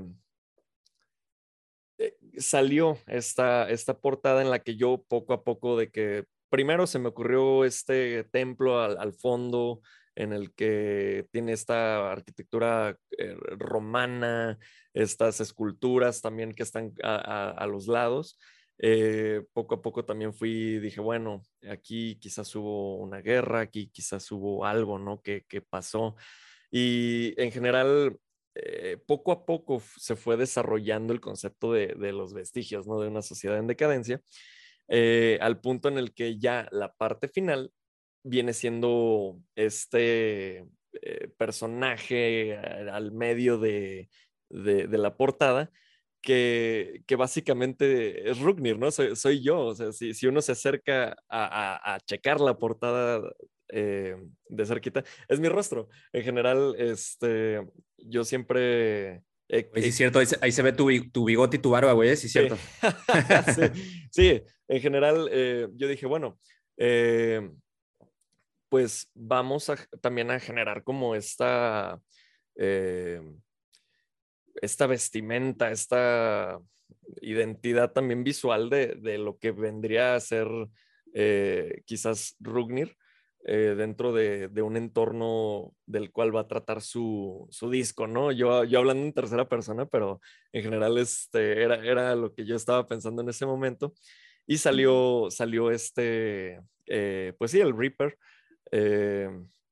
eh, salió esta, esta portada en la que yo poco a poco de que primero se me ocurrió este templo al, al fondo en el que tiene esta arquitectura eh, romana, estas esculturas también que están a, a, a los lados. Eh, poco a poco también fui, dije, bueno, aquí quizás hubo una guerra, aquí quizás hubo algo, ¿no? Que, que pasó. Y en general, eh, poco a poco se fue desarrollando el concepto de, de los vestigios, ¿no? De una sociedad en decadencia, eh, al punto en el que ya la parte final viene siendo este eh, personaje al medio de, de, de la portada, que, que, básicamente es Rugnir, ¿no? Soy, soy yo, o sea, si, si uno se acerca a, a, a checar la portada eh, de cerquita, es mi rostro. En general, este, yo siempre... Eh, Oye, sí, es cierto, ahí se, ahí se ve tu, tu, bigote y tu barba, güey, sí, es cierto. Sí. Sí, en general, eh, yo dije, bueno, eh, pues vamos a, también a generar como esta, eh, esta vestimenta, esta identidad también visual de, de lo que vendría a ser eh, quizás Rugnir eh, dentro de, de, un entorno del cual va a tratar su, su disco, ¿no? Yo, yo hablando en tercera persona, pero en general este, era, era lo que yo estaba pensando en ese momento. Y salió, salió este, eh, pues sí, el Reaper. Eh,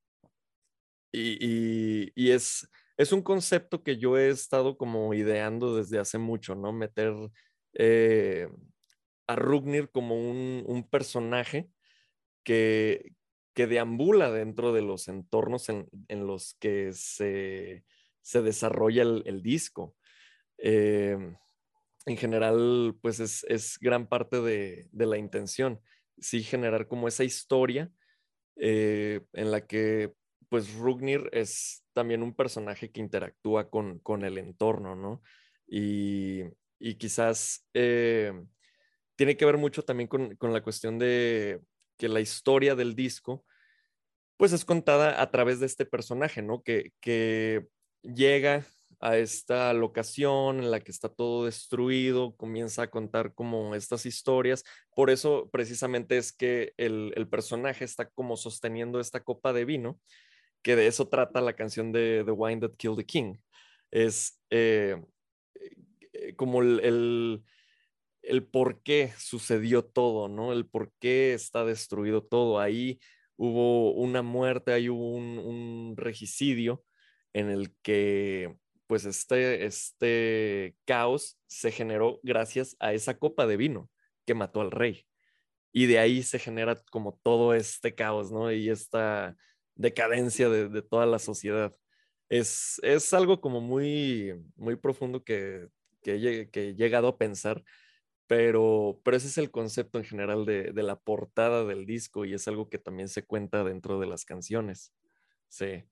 y, y, y es, es un concepto que yo he estado como ideando desde hace mucho, ¿no? Meter eh, a Rugnir como un, un personaje que, que deambula dentro de los entornos en, en los que se, se desarrolla el, el disco. Eh, en general, pues es, es gran parte de, de, la intención, sí generar como esa historia eh, en la que pues Rugnir es también un personaje que interactúa con, con el entorno, ¿no? Y, y quizás eh, tiene que ver mucho también con, con la cuestión de que la historia del disco pues es contada a través de este personaje, ¿no? Que, que llega a esta locación en la que está todo destruido, comienza a contar como estas historias. Por eso precisamente es que el, el personaje está como sosteniendo esta copa de vino, que de eso trata la canción de The Wine That Killed the King. Es eh, eh, como el, el, el por qué sucedió todo, ¿no? El por qué está destruido todo. Ahí hubo una muerte, hay un, un regicidio en el que pues este, este caos se generó gracias a esa copa de vino que mató al rey. Y de ahí se genera como todo este caos, ¿no? Y esta decadencia de, de toda la sociedad. Es, es algo como muy, muy profundo que, que, he, que he llegado a pensar, pero, pero ese es el concepto en general de, de la portada del disco y es algo que también se cuenta dentro de las canciones. Sí.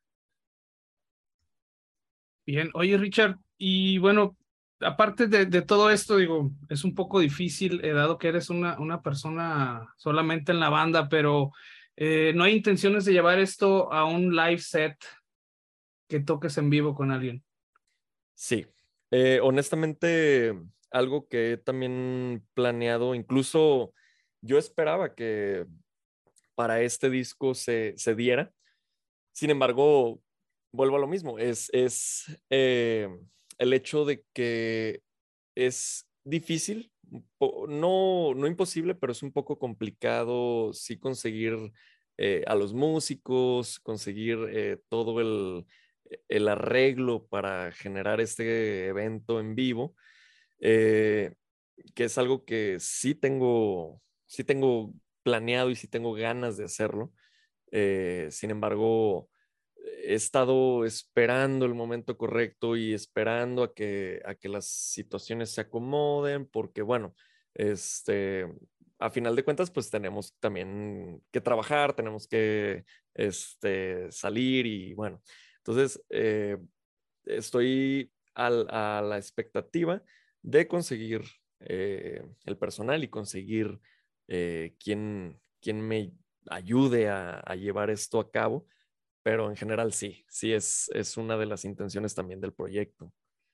Bien, oye Richard, y bueno, aparte de, de todo esto, digo, es un poco difícil, eh, dado que eres una, una persona solamente en la banda, pero eh, ¿no hay intenciones de llevar esto a un live set que toques en vivo con alguien? Sí, eh, honestamente, algo que he también planeado, incluso yo esperaba que para este disco se, se diera. Sin embargo, vuelvo a lo mismo, es, es eh, el hecho de que es difícil, no, no imposible, pero es un poco complicado sí conseguir eh, a los músicos, conseguir eh, todo el, el arreglo para generar este evento en vivo, eh, que es algo que sí tengo, sí tengo planeado y sí tengo ganas de hacerlo. Eh, sin embargo, he estado esperando el momento correcto y esperando a que, a que las situaciones se acomoden, porque bueno, este, a final de cuentas, pues tenemos también que trabajar, tenemos que este, salir y bueno, entonces eh, estoy al, a la expectativa de conseguir eh, el personal y conseguir eh, quien, quien me ayude a, a llevar esto a cabo, pero en general sí, sí es, es una de las intenciones también del proyecto.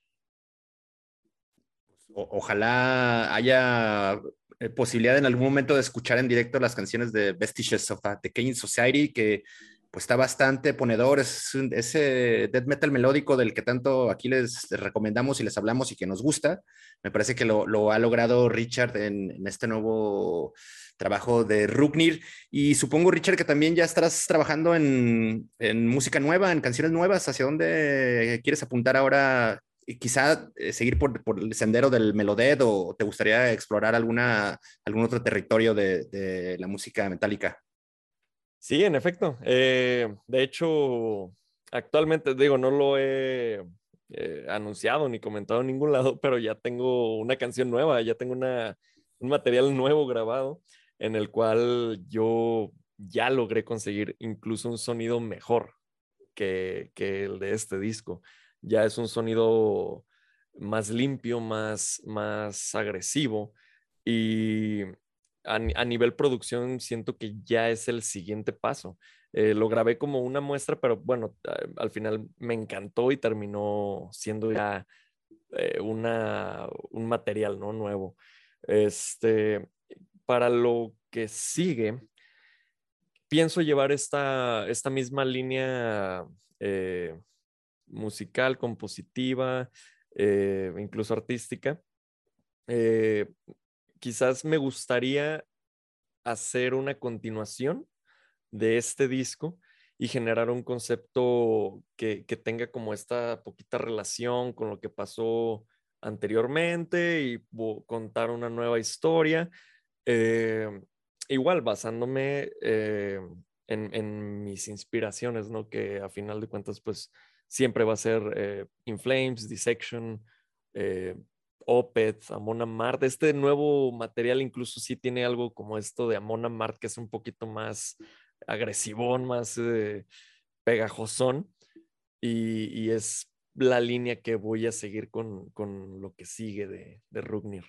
O- ojalá haya eh, posibilidad en algún momento de escuchar en directo las canciones de Vestiges of a Decaying Society, que pues está bastante ponedor, es un- ese death metal melódico del que tanto aquí les recomendamos y les hablamos y que nos gusta. Me parece que lo, lo ha logrado Richard en, en este nuevo trabajo de Rugnir. Y supongo, Richard, que también ya estarás trabajando en, en música nueva, en canciones nuevas. ¿Hacia dónde quieres apuntar ahora? Y quizá eh, seguir por, por, el sendero del Melodeath, o te gustaría explorar alguna, algún otro territorio de, de la música metálica. Sí, en efecto. Eh, de hecho, actualmente, digo, no lo he eh, anunciado ni comentado en ningún lado, pero ya tengo una canción nueva, ya tengo una, un material nuevo grabado en el cual yo ya logré conseguir incluso un sonido mejor que, que el de este disco. Ya es un sonido más limpio, más, más agresivo y a, a nivel producción siento que ya es el siguiente paso. Eh, lo grabé como una muestra, pero bueno, a, al final me encantó y terminó siendo ya eh, una, un material, ¿no? Nuevo. Este, para lo que sigue, pienso llevar esta, esta misma línea eh, musical, compositiva, eh, incluso artística. Eh, quizás me gustaría hacer una continuación de este disco y generar un concepto que, que tenga como esta poquita relación con lo que pasó anteriormente y contar una nueva historia. Eh, igual basándome eh, en, en, mis inspiraciones, ¿no? Que a final de cuentas, pues siempre va a ser eh, In Flames, Dissection, eh, Opeth, Amon Amarth. Este nuevo material incluso sí tiene algo como esto de Amon Amarth, que es un poquito más agresivón, más eh, pegajosón, y, y, es la línea que voy a seguir con, con lo que sigue de, de Rugnir.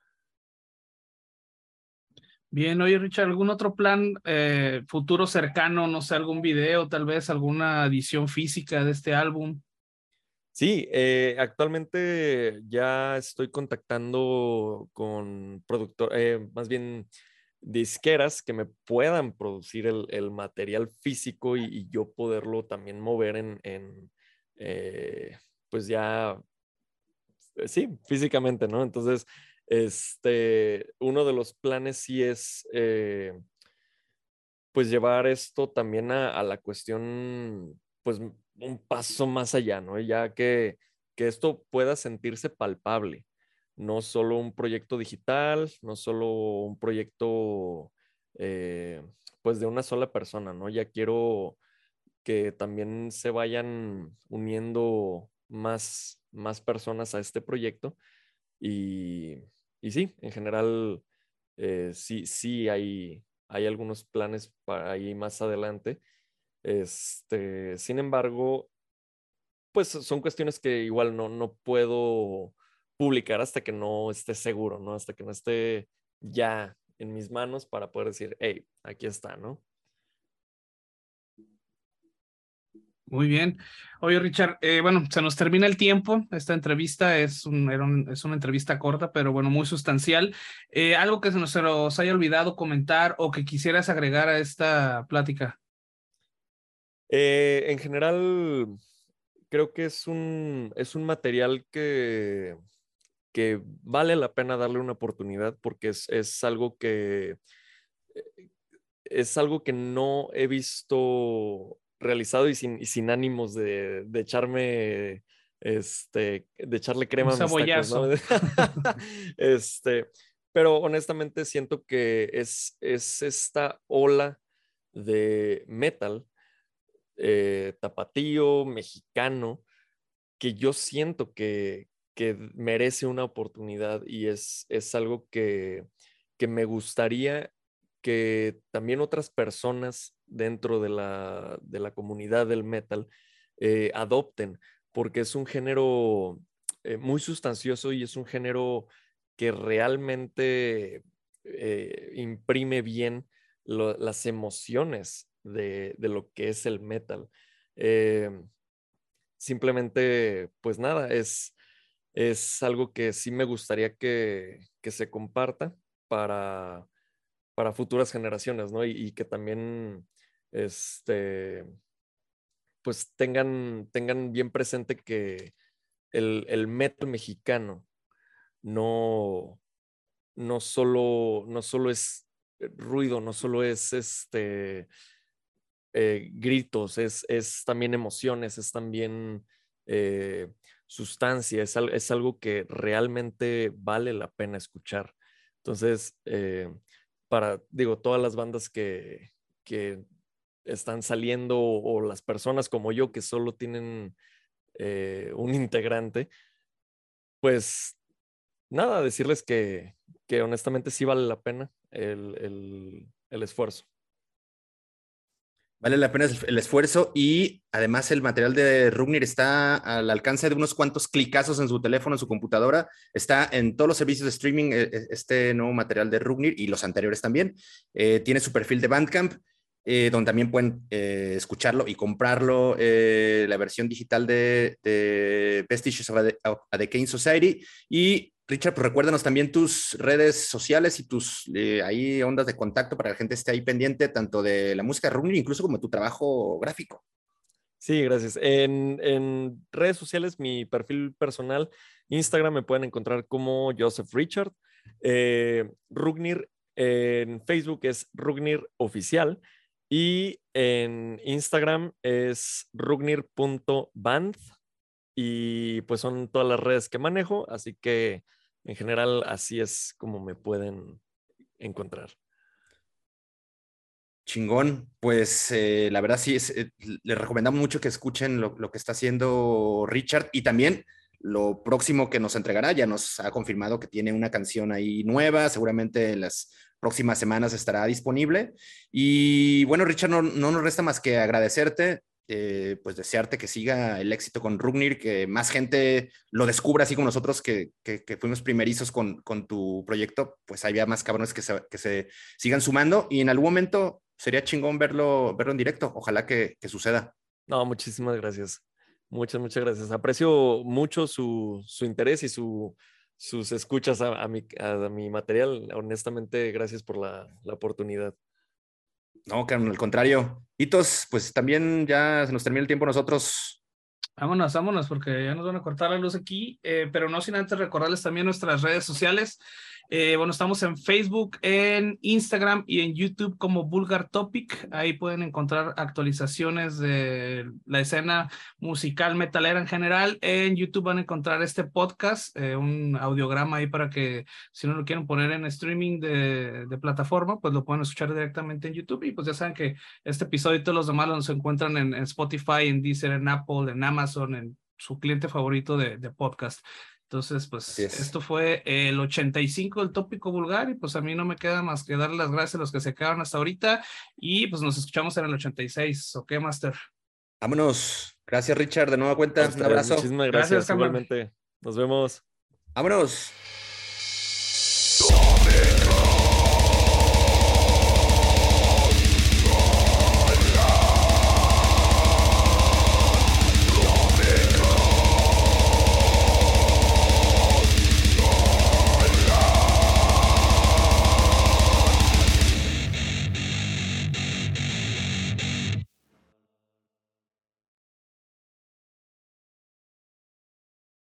Bien, oye Richard, ¿algún otro plan eh, futuro cercano? No sé, algún video, tal vez alguna edición física de este álbum. Sí, eh, actualmente ya estoy contactando con productor, eh, más bien disqueras que me puedan producir el, el material físico y, y, yo poderlo también mover en, en eh, pues ya, sí, físicamente, ¿no? Entonces, este, uno de los planes sí es... Eh, pues llevar esto también a, a la cuestión, pues un paso más allá, ¿no? Ya que, que esto pueda sentirse palpable, no solo un proyecto digital, no solo un proyecto, eh, pues de una sola persona, ¿no? Ya quiero que también se vayan uniendo más, más personas a este proyecto y, y sí, en general, eh, sí, sí hay, hay algunos planes para ahí más adelante. Este, sin embargo, pues son cuestiones que igual no, no puedo publicar hasta que no esté seguro, ¿no? Hasta que no esté ya en mis manos para poder decir, hey, aquí está, ¿no? Muy bien. Oye, Richard, eh, bueno, se nos termina el tiempo. Esta entrevista es, un, era un- es una entrevista corta, pero bueno, muy sustancial. Eh, ¿algo que se nos, se nos haya olvidado comentar o que quisieras agregar a esta plática? Eh, en general, creo que es un, es un material que, que vale la pena darle una oportunidad porque es, es algo que es algo que no he visto realizado y sin, y sin ánimos de, de echarme, este, de echarle Un crema a mis tacos, ¿no? cebollazo. Este, pero honestamente siento que es, es esta ola de metal eh, tapatío, mexicano, que yo siento que, que merece una oportunidad y es, es algo que, que me gustaría que también otras personas dentro de la, de la comunidad del metal eh, adopten, porque es un género eh, muy sustancioso y es un género que realmente eh, imprime bien lo, las emociones de, de, lo que es el metal. Eh, simplemente, pues nada, es, es algo que sí me gustaría que, que se comparta para, para futuras generaciones, ¿no? Y, y que también, este, pues tengan, tengan bien presente que el, el metal mexicano no, no solo, no solo es ruido, no solo es este, eh, gritos, es, es también emociones, es también eh, sustancia, es, al, es, algo que realmente vale la pena escuchar. Entonces, eh, para, digo, todas las bandas que, que están saliendo o, o las personas como yo que solo tienen eh, un integrante, pues nada, decirles que, que honestamente sí vale la pena el, el, el esfuerzo. Vale la pena el esfuerzo y además el material de Rugnir está al alcance de unos cuantos clicazos en su teléfono, en su computadora. Está en todos los servicios de streaming este nuevo material de Rugnir y los anteriores también. Eh, tiene su perfil de Bandcamp, eh, donde también pueden eh, escucharlo y comprarlo. Eh, la versión digital de, de Vestiges of a, a Decaying Society. Y Richard, pues recuérdanos también tus redes sociales y tus eh, ahí ondas de contacto para que la gente esté ahí pendiente tanto de la música de Rugnir, incluso como tu trabajo gráfico. Sí, gracias. En, en redes sociales, mi perfil personal, Instagram, me pueden encontrar como Joseph Richard. Eh, Rugnir en Facebook es Rugnir Oficial y en Instagram es rugnir punto band y pues son todas las redes que manejo, así que en general así es como me pueden encontrar. Chingón, pues eh, la verdad sí, es, eh, les recomendamos mucho que escuchen lo, lo, que está haciendo Richard y también lo próximo que nos entregará, ya nos ha confirmado que tiene una canción ahí nueva, seguramente en las próximas semanas estará disponible. Y bueno, Richard, no, no nos resta más que agradecerte, eh, pues desearte que siga el éxito con Rugnir, que más gente lo descubra así como nosotros que, que, que fuimos primerizos con, con tu proyecto, pues había más cabrones que se, que se sigan sumando y en algún momento sería chingón verlo, verlo en directo. Ojalá que, que suceda. No, muchísimas gracias. Muchas, muchas gracias. Aprecio mucho su, su interés y su, sus escuchas a, a, mi, a, mi material. Honestamente, gracias por la, la oportunidad. No, que al contrario. Hitos, pues también ya se nos termina el tiempo nosotros. Vámonos, vámonos, porque ya nos van a cortar la luz aquí, eh, pero no sin antes recordarles también nuestras redes sociales. Eh, bueno, estamos en Facebook, en Instagram y en YouTube como Vulgar Topic. Ahí pueden encontrar actualizaciones de la escena musical metalera en general. En YouTube van a encontrar este podcast, eh, un audiograma ahí para que si no lo quieren poner en streaming de, de plataforma, pues lo pueden escuchar directamente en YouTube. Y pues ya saben que este episodio y todos los demás los encuentran en, en Spotify, en Deezer, en Apple, en Amazon, en su cliente favorito de, de podcast. Entonces, pues esto fue el ochenta y cinco del Tópico Vulgar y pues a mí no me queda más que darle las gracias a los que se quedaron hasta ahorita y pues nos escuchamos en el ochenta y seis. ¿Ok, Master? Vámonos. Gracias, Richard. De nueva cuenta. Un abrazo. Muchísimas gracias, gracias igualmente. Nos vemos. Vámonos.